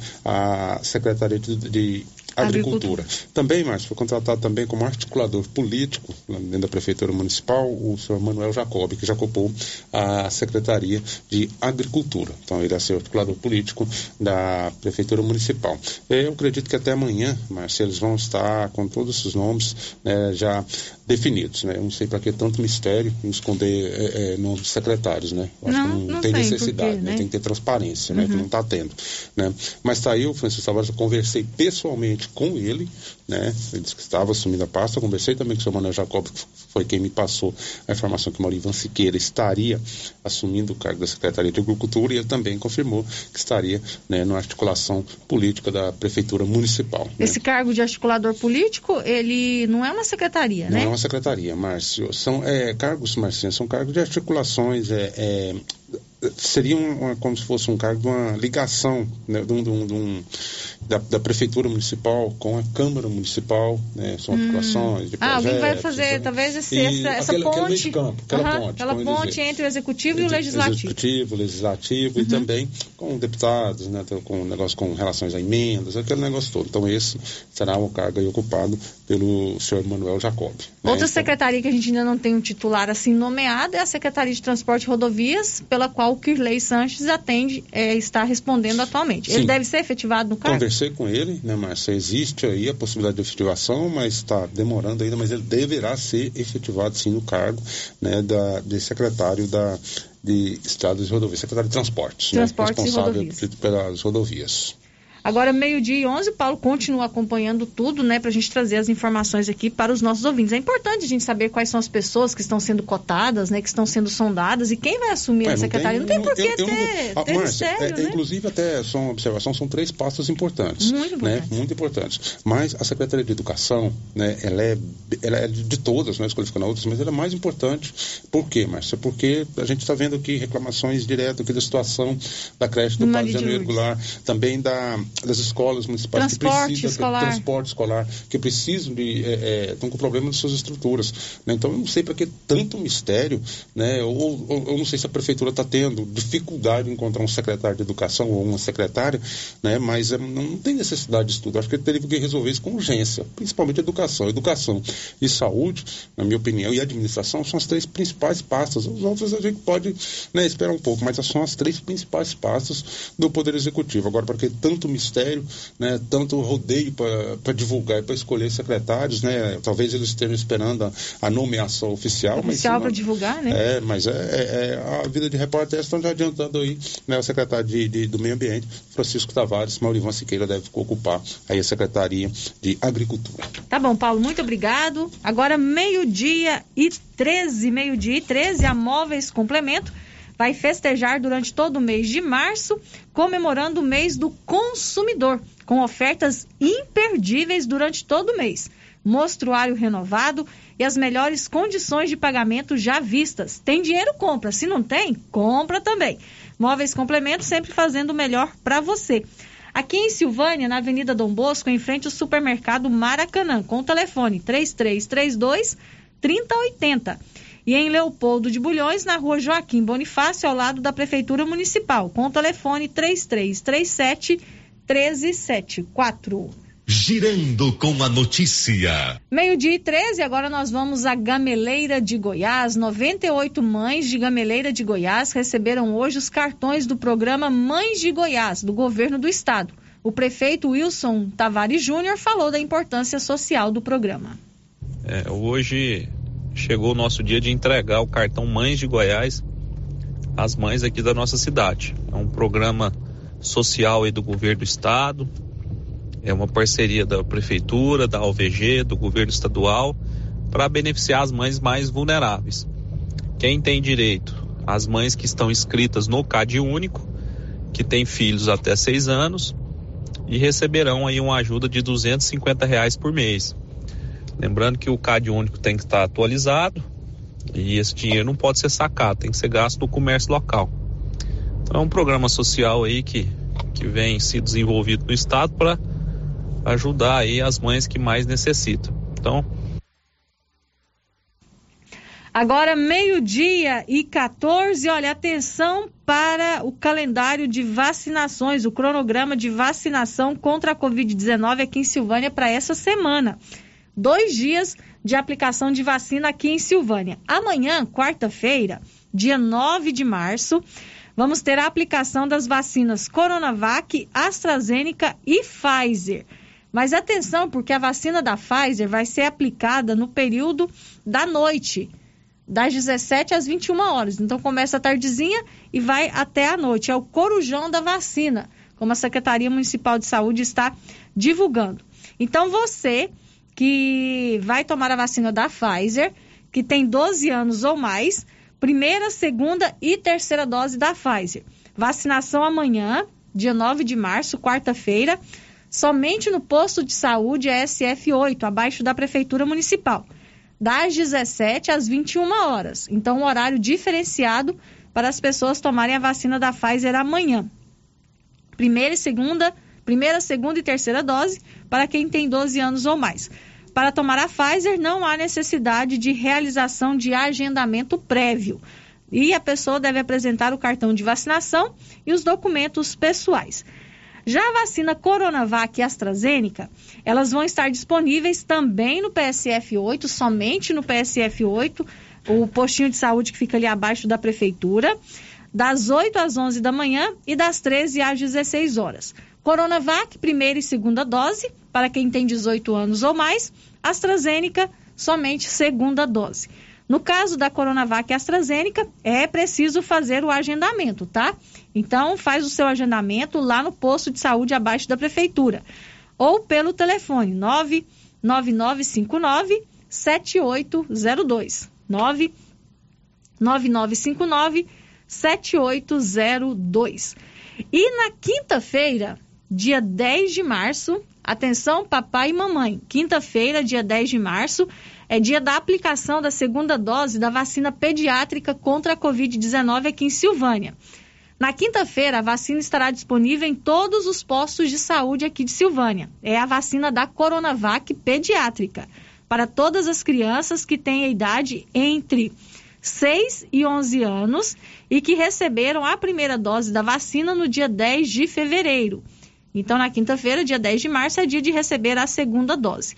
[SPEAKER 1] a Secretaria de, de Agricultura. Agricultura. Também, Márcio, foi contratado também como articulador político dentro da Prefeitura Municipal o senhor Manuel Jacob, que já ocupou a Secretaria de Agricultura. Então, ele vai ser articulador político da Prefeitura Municipal. Eu acredito que até amanhã, Márcio, eles vão estar com todos esses nomes, né, já definidos, né? Eu não sei para que tanto mistério em esconder é, é, nomes de secretários, né? Eu acho
[SPEAKER 4] não,
[SPEAKER 1] que não,
[SPEAKER 4] não
[SPEAKER 1] tem
[SPEAKER 4] sei
[SPEAKER 1] necessidade,
[SPEAKER 4] porquê,
[SPEAKER 1] né?
[SPEAKER 4] né?
[SPEAKER 1] Tem que ter transparência, né?
[SPEAKER 4] Uhum.
[SPEAKER 1] Que não está tendo, né? Mas está aí o Francisco Tavares, eu conversei pessoalmente com ele, né? Ele disse que estava assumindo a pasta. Eu conversei também com o senhor Manuel Jacob, que foi quem me passou a informação que o Maurivan Siqueira estaria assumindo o cargo da Secretaria de Agricultura, e ele também confirmou que estaria, né, na articulação política da Prefeitura Municipal.
[SPEAKER 4] Esse
[SPEAKER 1] né?
[SPEAKER 4] cargo de articulador político, ele não é uma secretaria,
[SPEAKER 1] não
[SPEAKER 4] né?
[SPEAKER 1] Não é uma secretaria, Márcio. São é, cargos, Marcinha, são cargos de articulações, é, é, seria uma, como se fosse um cargo de uma ligação, né, de um, de um, de um, da, da Prefeitura Municipal com a Câmara Municipal, né, são articulações hum. de projetos.
[SPEAKER 4] Ah, alguém vai fazer, né? Talvez esse, essa, essa
[SPEAKER 1] aquele,
[SPEAKER 4] ponte,
[SPEAKER 1] aquele campo, aquela
[SPEAKER 4] uhum,
[SPEAKER 1] ponte,
[SPEAKER 4] aquela ponte entre o Executivo e o Legislativo.
[SPEAKER 1] Executivo, Legislativo uhum. e também com deputados, né, com negócio com relações a emendas, aquele negócio todo. Então esse será o cargo aí ocupado pelo senhor Manuel Jacob. Né?
[SPEAKER 4] Outra
[SPEAKER 1] então,
[SPEAKER 4] secretaria que a gente ainda não tem um titular assim nomeado é a Secretaria de Transporte e Rodovias, pela qual o Kirley Sanches atende, é, está respondendo atualmente. Sim. Ele deve ser efetivado no cargo?
[SPEAKER 1] Conversei com ele, né, Márcia? Existe aí a possibilidade de efetivação, mas está demorando ainda, mas ele deverá ser efetivado sim no cargo, né, da, de secretário da, de Estradas e Rodovias, secretário de Transportes,
[SPEAKER 4] Transportes
[SPEAKER 1] né, responsável
[SPEAKER 4] e rodovias.
[SPEAKER 1] pelas rodovias.
[SPEAKER 4] Agora, meio-dia e onze, Paulo continua acompanhando tudo, né, pra gente trazer as informações aqui para os nossos ouvintes. É importante a gente saber quais são as pessoas que estão sendo cotadas, né, que estão sendo sondadas e quem vai assumir é, a secretaria. Não tem, não tem por que ter,
[SPEAKER 1] não,
[SPEAKER 4] ter
[SPEAKER 1] Márcia,
[SPEAKER 4] mistério,
[SPEAKER 1] é,
[SPEAKER 4] né?
[SPEAKER 1] Inclusive, até só uma observação, são três pastas importantes.
[SPEAKER 4] Muito importantes.
[SPEAKER 1] Né, muito importantes. Mas a Secretaria de Educação, né, ela é, ela é de todas, não é escolhendo outras, mas ela é mais importante. Por quê, Márcia? Porque a gente está vendo aqui reclamações diretas aqui da situação da creche do Padre Janeiro Goulart, também da, das escolas municipais
[SPEAKER 4] transporte
[SPEAKER 1] que precisam
[SPEAKER 4] escolar.
[SPEAKER 1] de transporte escolar, que precisam de é, é, estão com problema nas suas estruturas, né? Então eu não sei para que tanto mistério, né? Ou, ou eu não sei se a prefeitura está tendo dificuldade em encontrar um secretário de educação ou uma secretária, né? Mas é, não tem necessidade de estudo. Acho que ele teria que resolver isso com urgência, principalmente educação. Educação e saúde, na minha opinião, e administração são as três principais pastas. Os outros a gente pode, né, esperar um pouco, mas são as três principais pastas do Poder Executivo. Agora, para que tanto mistério, né, tanto rodeio para divulgar e para escolher secretários, né? Talvez eles estejam esperando a, a nomeação oficial.
[SPEAKER 4] Oficial para
[SPEAKER 1] mas,
[SPEAKER 4] divulgar, né?
[SPEAKER 1] É, mas é, é, a vida de repórter estão já adiantando aí, né? O secretário de, de, do Meio Ambiente, Francisco Tavares, Maurivan Siqueira, deve ocupar aí a Secretaria de Agricultura.
[SPEAKER 4] Tá bom, Paulo, muito obrigado. Agora meio-dia e treze, meio-dia e treze, a Móveis Complemento vai festejar durante todo o mês de março, comemorando o mês do consumidor, com ofertas imperdíveis durante todo o mês. Mostruário renovado e as melhores condições de pagamento já vistas. Tem dinheiro, compra. Se não tem, compra também. Móveis Complemento, sempre fazendo o melhor para você. Aqui em Silvânia, na Avenida Dom Bosco, em frente ao supermercado Maracanã, com o telefone três três três dois, três zero oito zero. E em Leopoldo de Bulhões, na rua Joaquim Bonifácio, ao lado da Prefeitura Municipal, com o telefone três três três sete, um três sete quatro.
[SPEAKER 21] Girando com a notícia.
[SPEAKER 4] Meio-dia e treze, agora nós vamos a Gameleira de Goiás. noventa e oito mães de Gameleira de Goiás receberam hoje os cartões do programa Mães de Goiás, do governo do estado. O prefeito Wilson Tavares Júnior falou da importância social do programa.
[SPEAKER 3] É, hoje chegou o nosso dia de entregar o cartão Mães de Goiás às mães aqui da nossa cidade. É um programa social aí do governo do estado. É uma parceria da prefeitura, da A V G, do governo estadual, para beneficiar as mães mais vulneráveis. Quem tem direito? As mães que estão inscritas no CAD Único, que têm filhos até seis anos e receberão aí uma ajuda de duzentos e cinquenta reais por mês. Lembrando que o CAD Único tem que estar atualizado e esse dinheiro não pode ser sacado, tem que ser gasto no comércio local. Então é um programa social aí que, que vem se desenvolvido no estado para ajudar aí as mães que mais necessitam. Então,
[SPEAKER 4] agora meio-dia e quatorze, olha, atenção para o calendário de vacinações, o cronograma de vacinação contra a covid dezenove aqui em Silvânia para essa semana. Dois dias de aplicação de vacina aqui em Silvânia. Amanhã, quarta-feira, dia nove de março, vamos ter a aplicação das vacinas Coronavac, AstraZeneca e Pfizer. Mas atenção, porque a vacina da Pfizer vai ser aplicada no período da noite, das dezessete às vinte e uma horas. Então começa a tardezinha e vai até a noite. É o corujão da vacina, como a Secretaria Municipal de Saúde está divulgando. Então você que vai tomar a vacina da Pfizer, que tem doze anos ou mais, primeira, segunda e terceira dose da Pfizer. Vacinação amanhã, dia nove de março, quarta-feira, somente no posto de saúde S F oito, abaixo da Prefeitura Municipal, das dezessete às vinte e uma horas. Então, um horário diferenciado para as pessoas tomarem a vacina da Pfizer amanhã. Primeira e segunda, primeira, segunda e terceira dose para quem tem doze anos ou mais. Para tomar a Pfizer, não há necessidade de realização de agendamento prévio. E a pessoa deve apresentar o cartão de vacinação e os documentos pessoais. Já a vacina Coronavac e AstraZeneca, elas vão estar disponíveis também no P S F oito, somente no P S F oito, o postinho de saúde que fica ali abaixo da prefeitura, das oito às onze da manhã e das treze às dezesseis horas. Coronavac, primeira e segunda dose, para quem tem dezoito anos ou mais. AstraZeneca, somente segunda dose. No caso da Coronavac e AstraZeneca, é preciso fazer o agendamento, tá? Então, faz o seu agendamento lá no posto de saúde abaixo da prefeitura. Ou pelo telefone nove nove nove cinco nove sete oito zero dois. nove nove nove cinco nove sete oito zero dois. E na quinta-feira, dia dez de março, atenção papai e mamãe, quinta-feira, dia dez de março, é dia da aplicação da segunda dose da vacina pediátrica contra a covid dezenove aqui em Silvânia. Na quinta-feira, a vacina estará disponível em todos os postos de saúde aqui de Silvânia. É a vacina da Coronavac pediátrica, para todas as crianças que têm a idade entre seis e onze anos e que receberam a primeira dose da vacina no dia dez de fevereiro. Então, na quinta-feira, dia dez de março, é dia de receber a segunda dose.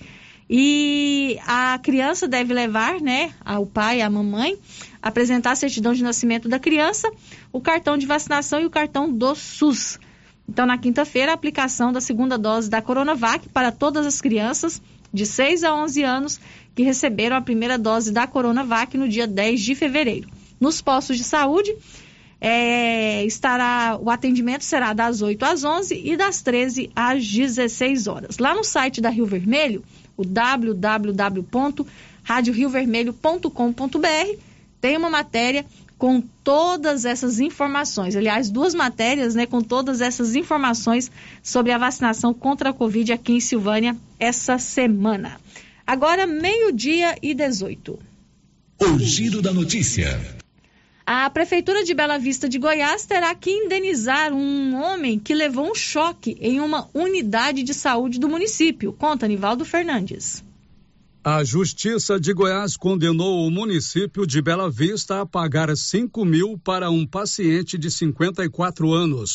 [SPEAKER 4] E a criança deve levar, né, o pai, a mamãe, apresentar a certidão de nascimento da criança, o cartão de vacinação e o cartão do SUS. Então, na quinta-feira, a aplicação da segunda dose da Coronavac para todas as crianças de seis a onze anos que receberam a primeira dose da Coronavac no dia dez de fevereiro. Nos postos de saúde, é, estará, o atendimento será das oito às onze e das treze às dezesseis horas. Lá no site da Rio Vermelho, o w w w ponto rádio rio vermelho ponto com ponto b r, tem uma matéria com todas essas informações. Aliás, duas matérias, né, com todas essas informações sobre a vacinação contra a Covid aqui em Silvânia essa semana. Agora, meio-dia e dezoito.
[SPEAKER 21] O Giro da Notícia.
[SPEAKER 4] A Prefeitura de Bela Vista de Goiás terá que indenizar um homem que levou um choque em uma unidade de saúde do município. Conta, Nivaldo Fernandes.
[SPEAKER 8] A Justiça de Goiás condenou o município de Bela Vista a pagar cinco mil para um paciente de cinquenta e quatro anos.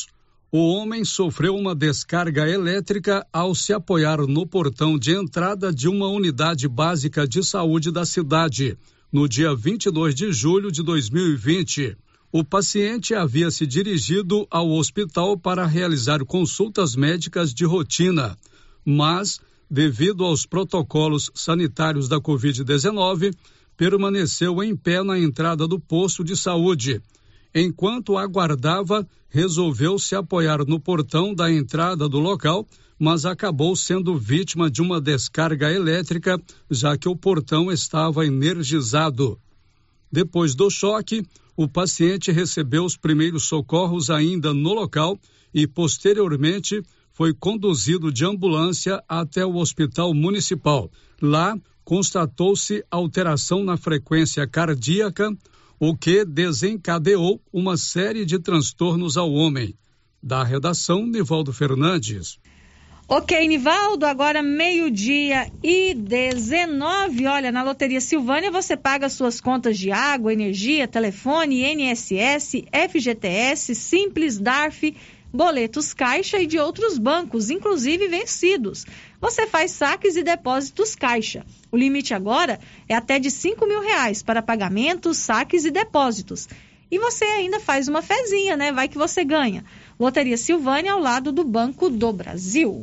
[SPEAKER 8] O homem sofreu uma descarga elétrica ao se apoiar no portão de entrada de uma unidade básica de saúde da cidade, no dia vinte e dois de julho de dois mil e vinte. O paciente havia se dirigido ao hospital para realizar consultas médicas de rotina, mas, devido aos protocolos sanitários da covid dezenove, permaneceu em pé na entrada do posto de saúde. Enquanto aguardava, resolveu se apoiar no portão da entrada do local, mas acabou sendo vítima de uma descarga elétrica, já que o portão estava energizado. Depois do choque, o paciente recebeu os primeiros socorros ainda no local e, posteriormente, foi conduzido de ambulância até o hospital municipal. Lá, constatou-se alteração na frequência cardíaca, o que desencadeou uma série de transtornos ao homem. Da redação, Nivaldo Fernandes.
[SPEAKER 4] Ok, Nivaldo, agora meio-dia e dezenove. Olha, na Loteria Silvânia você paga suas contas de água, energia, telefone, I N S S, F G T S, Simples, D A R F, boletos Caixa e de outros bancos, inclusive vencidos. Você faz saques e depósitos Caixa. O limite agora é até de cinco mil reais para pagamentos, saques e depósitos. E você ainda faz uma fezinha, né? Vai que você ganha. Loteria Silvânia ao lado do Banco do Brasil.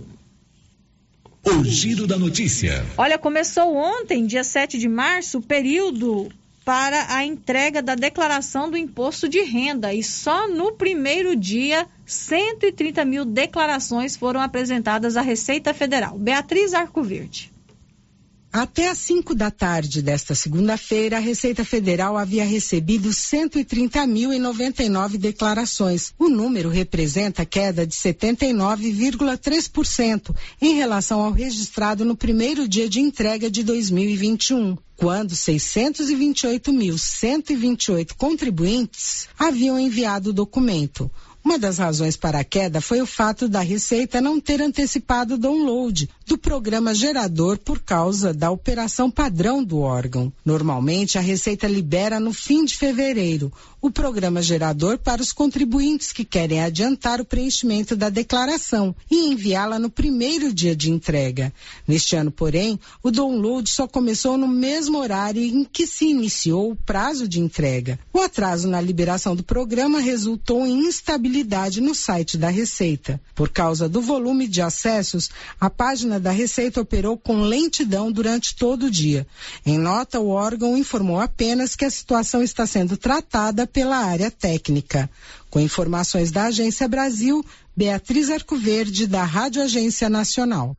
[SPEAKER 21] O Giro da Notícia.
[SPEAKER 4] Olha, começou ontem, dia sete de março, o período para a entrega da declaração do imposto de renda. E só no primeiro dia, cento e trinta mil declarações foram apresentadas à Receita Federal. Beatriz Arcoverde.
[SPEAKER 5] Até às cinco da tarde desta segunda-feira, a Receita Federal havia recebido cento e trinta mil e noventa e nove declarações. O número representa queda de setenta e nove vírgula três por cento em relação ao registrado no primeiro dia de entrega de dois mil e vinte e um, quando seiscentos e vinte e oito mil cento e vinte e oito contribuintes haviam enviado o documento. Uma das razões para a queda foi o fato da Receita não ter antecipado o download do programa gerador por causa da operação padrão do órgão. Normalmente, a Receita libera no fim de fevereiro o programa gerador para os contribuintes que querem adiantar o preenchimento da declaração e enviá-la no primeiro dia de entrega. Neste ano, porém, o download só começou no mesmo horário em que se iniciou o prazo de entrega. O atraso na liberação do programa resultou em instabilidade no site da Receita. Por causa do volume de acessos, a página da Receita operou com lentidão durante todo o dia. Em nota, o órgão informou apenas que a situação está sendo tratada pela área técnica. Com informações da Agência Brasil, Beatriz Arcoverde, da Rádio Agência Nacional.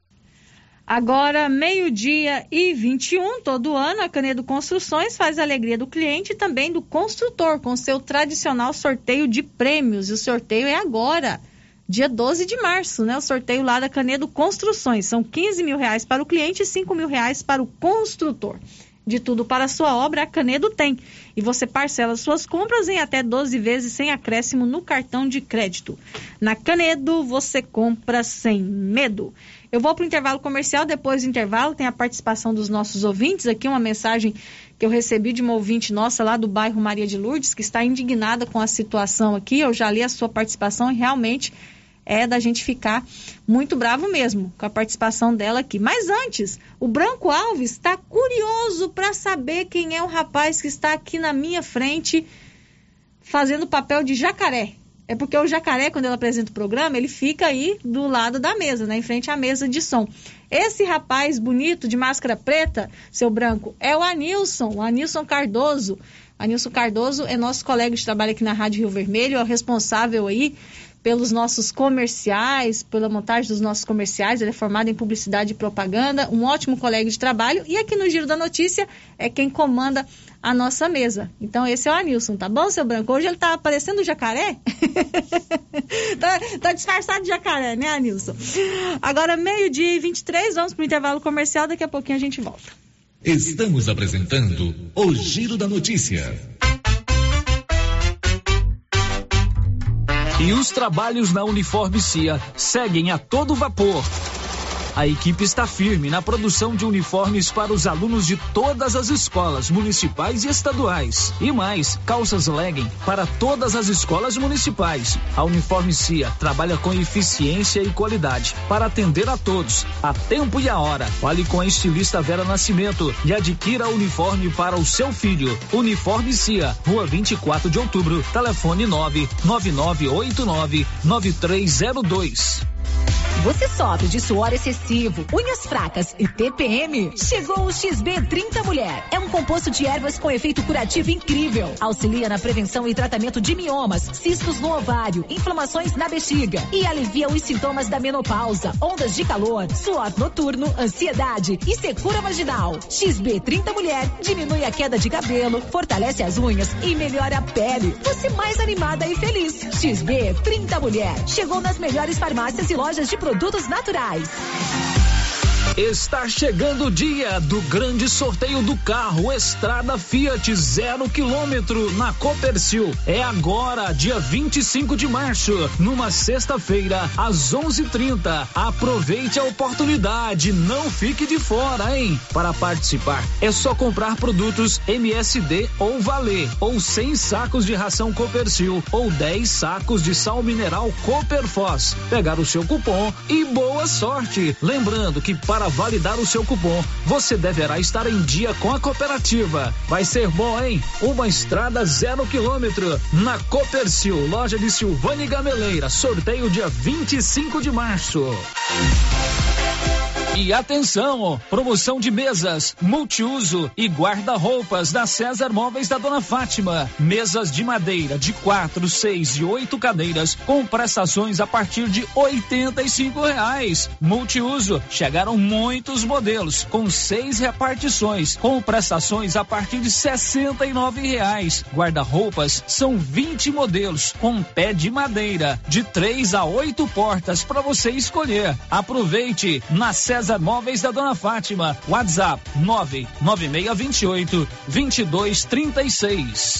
[SPEAKER 4] Agora, meio-dia e vinte e um, todo ano, a Canedo Construções faz a alegria do cliente e também do construtor, com seu tradicional sorteio de prêmios. E o sorteio é agora, dia doze de março, né? O sorteio lá da Canedo Construções. São quinze mil reais para o cliente e cinco mil reais para o construtor. De tudo para a sua obra, a Canedo tem. E você parcela suas compras em até doze vezes sem acréscimo no cartão de crédito. Na Canedo, você compra sem medo. Eu vou para o intervalo comercial. Depois do intervalo, tem a participação dos nossos ouvintes. Aqui uma mensagem que eu recebi de uma ouvinte nossa lá do bairro Maria de Lourdes, que está indignada com a situação aqui. Eu já li a sua participação e realmente é da gente ficar muito bravo mesmo com a participação dela aqui. Mas antes, o Branco Alves está curioso para saber quem é o rapaz que está aqui na minha frente fazendo papel de jacaré. É porque o jacaré, quando ele apresenta o programa, ele fica aí do lado da mesa, né, em frente à mesa de som. Esse rapaz bonito de máscara preta, seu Branco, é o Anilson, o Anilson Cardoso. Anilson Cardoso é nosso colega de trabalho aqui na Rádio Rio Vermelho, é o responsável aí pelos nossos comerciais, pela montagem dos nossos comerciais. Ele é formado em publicidade e propaganda, um ótimo colega de trabalho, e aqui no Giro da Notícia é quem comanda a nossa mesa. Então esse é o Anilson, tá bom, seu Branco? Hoje ele tá parecendo jacaré? tá, tá disfarçado de jacaré, né, Anilson? Agora meio-dia e vinte e três, vamos pro intervalo comercial, daqui a pouquinho a gente volta.
[SPEAKER 21] Estamos apresentando o Giro da Notícia.
[SPEAKER 10] E os trabalhos na Uniforme C I A seguem a todo vapor. A equipe está firme na produção de uniformes para os alunos de todas as escolas municipais e estaduais. E mais, calças legging para todas as escolas municipais. A Uniforme C I A trabalha com eficiência e qualidade para atender a todos, a tempo e a hora. Fale com a estilista Vera Nascimento e adquira uniforme para o seu filho. Uniforme C I A, Rua vinte e quatro de outubro, telefone nove nove nove oito nove nove três zero dois.
[SPEAKER 7] Você sofre de suor excessivo, unhas fracas e T P M? Chegou o X B trinta Mulher. É um composto de ervas com efeito curativo incrível. Auxilia na prevenção e tratamento de miomas, cistos no ovário, inflamações na bexiga e alivia os sintomas da menopausa, ondas de calor, suor noturno, ansiedade e secura vaginal. X B trinta Mulher diminui a queda de cabelo, fortalece as unhas e melhora a pele. Você mais animada e feliz. X B trinta Mulher. Chegou nas melhores farmácias e lojas de produtos naturais.
[SPEAKER 10] Está chegando o dia do grande sorteio do carro Estrada Fiat zero quilômetro na Copercil. É agora, dia vinte e cinco de março, numa sexta-feira, às onze e trinta. Aproveite a oportunidade, não fique de fora, hein? Para participar, é só comprar produtos M S D ou Valer, ou cem sacos de ração Copercil, ou dez sacos de sal mineral Coperfós. Pegar o seu cupom e boa sorte. Lembrando que para validar o seu cupom, você deverá estar em dia com a cooperativa. Vai ser bom, hein? Uma estrada zero quilômetro na Copercil, loja de Silvânia e Gameleira. Sorteio dia vinte e cinco de março. E atenção, promoção de mesas, multiuso e guarda-roupas da César Móveis da Dona Fátima. Mesas de madeira de quatro, seis e oito cadeiras com prestações a partir de oitenta e cinco reais. Multiuso, chegaram muitos modelos com seis repartições com prestações a partir de sessenta e nove reais. Guarda-roupas são vinte modelos com pé de madeira de três a oito portas para você escolher. Aproveite na César Móveis da Dona Fátima. WhatsApp nove nove seis dois oito dois dois três seis.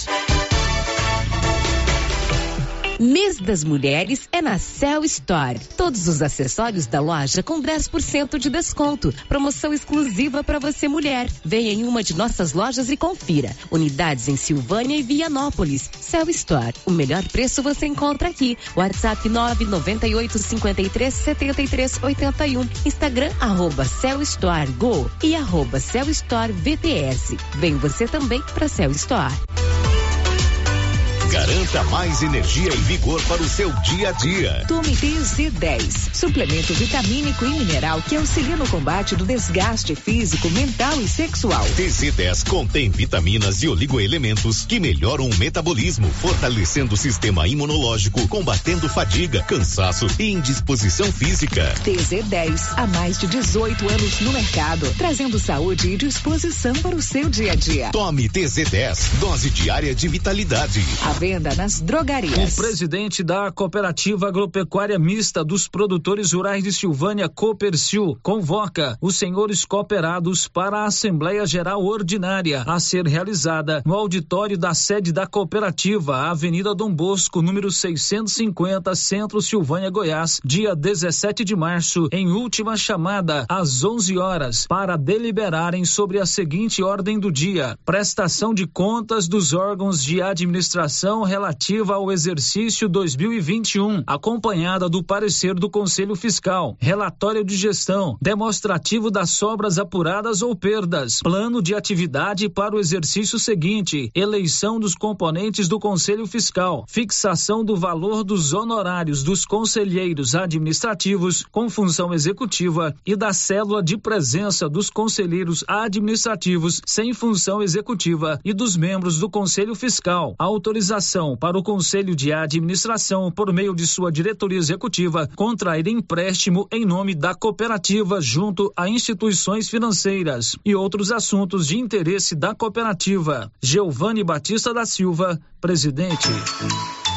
[SPEAKER 22] Mês das Mulheres é na Cell Store. Todos os acessórios da loja com dez por cento de desconto. Promoção exclusiva para você, mulher. Venha em uma de nossas lojas e confira. Unidades em Silvânia e Vianópolis. Cell Store. O melhor preço você encontra aqui. WhatsApp nove nove oito cinco três sete três oito um. Instagram arroba Cell Store Go e arroba Cell Store V P S. Vem você também para Cell Store.
[SPEAKER 2] Garanta mais energia e vigor para o seu dia a dia.
[SPEAKER 7] Tome T Z dez, suplemento vitamínico e mineral que auxilia no combate do desgaste físico, mental e sexual.
[SPEAKER 2] T Z dez contém vitaminas e oligoelementos que melhoram o metabolismo, fortalecendo o sistema imunológico, combatendo fadiga, cansaço e indisposição física.
[SPEAKER 7] T Z dez, há mais de dezoito anos no mercado, trazendo saúde e disposição para o seu dia a dia.
[SPEAKER 2] Tome T Z dez, dose diária de vitalidade.
[SPEAKER 7] A venda nas drogarias.
[SPEAKER 10] O presidente da Cooperativa Agropecuária Mista dos Produtores Rurais de Silvânia, Copercil, convoca os senhores cooperados para a Assembleia Geral Ordinária a ser realizada no auditório da sede da cooperativa, Avenida Dom Bosco, número seiscentos e cinquenta, Centro, Silvânia, Goiás, dia dezessete de março, em última chamada, às onze horas, para deliberarem sobre a seguinte ordem do dia: prestação de contas dos órgãos de administração relativa ao exercício dois mil e vinte e um, acompanhada do parecer do Conselho Fiscal, relatório de gestão, demonstrativo das sobras apuradas ou perdas, plano de atividade para o exercício seguinte, eleição dos componentes do Conselho Fiscal, fixação do valor dos honorários dos conselheiros administrativos com função executiva e da cédula de presença dos conselheiros administrativos sem função executiva e dos membros do Conselho Fiscal, autorização para o Conselho de Administração, por meio de sua diretoria executiva, contrair empréstimo em nome da cooperativa junto a instituições financeiras e outros assuntos de interesse da cooperativa. Geovane Batista da Silva, presidente.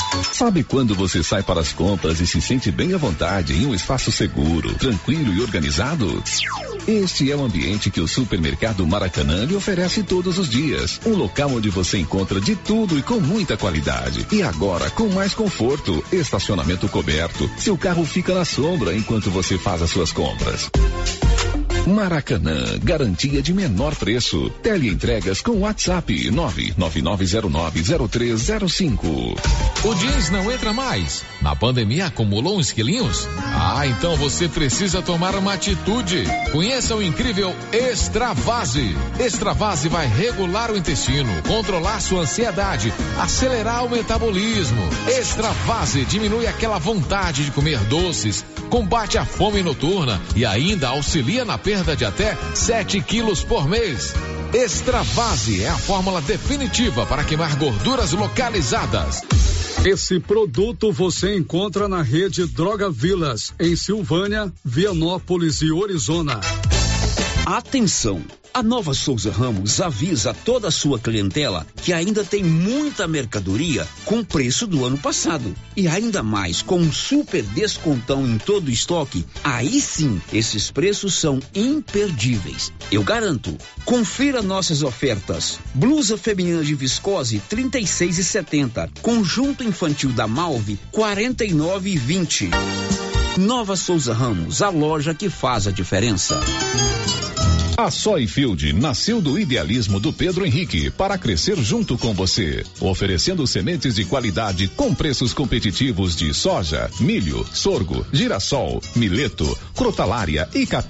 [SPEAKER 20] Sabe quando você sai para as compras e se sente bem à vontade em um espaço seguro, tranquilo e organizado? Este é o ambiente que o Supermercado Maracanã lhe oferece todos os dias. Um local onde você encontra de tudo e com muita qualidade. E agora com mais conforto, estacionamento coberto. Seu carro fica na sombra enquanto você faz as suas compras. Maracanã, garantia de menor preço. Teleentregas com WhatsApp nove nove nove zero nove zero três zero cinco.
[SPEAKER 9] O jeans não entra mais. Na pandemia acumulou uns quilinhos? Ah, então você precisa tomar uma atitude. Conheça o incrível Extravase. Extravase vai regular o intestino, controlar sua ansiedade, acelerar o metabolismo. Extravase diminui aquela vontade de comer doces, combate a fome noturna e ainda auxilia na perda de até sete quilos por mês. Extravase é a fórmula definitiva para queimar gorduras localizadas.
[SPEAKER 8] Esse produto você encontra na rede Droga Vilas, em Silvânia, Vianópolis e Orizona.
[SPEAKER 11] Atenção! A Nova Souza Ramos avisa toda a sua clientela que ainda tem muita mercadoria com preço do ano passado. E ainda mais, com um super descontão em todo o estoque, aí sim, esses preços são imperdíveis. Eu garanto. Confira nossas ofertas. Blusa feminina de viscose trinta e seis e setenta. Conjunto infantil da Malve quarenta e nove e vinte. Nova Souza Ramos, a loja que faz a diferença.
[SPEAKER 2] A Soyfield nasceu do idealismo do Pedro Henrique para crescer junto com você, oferecendo sementes de qualidade com preços competitivos de soja, milho, sorgo, girassol, mileto, crotalária e capim.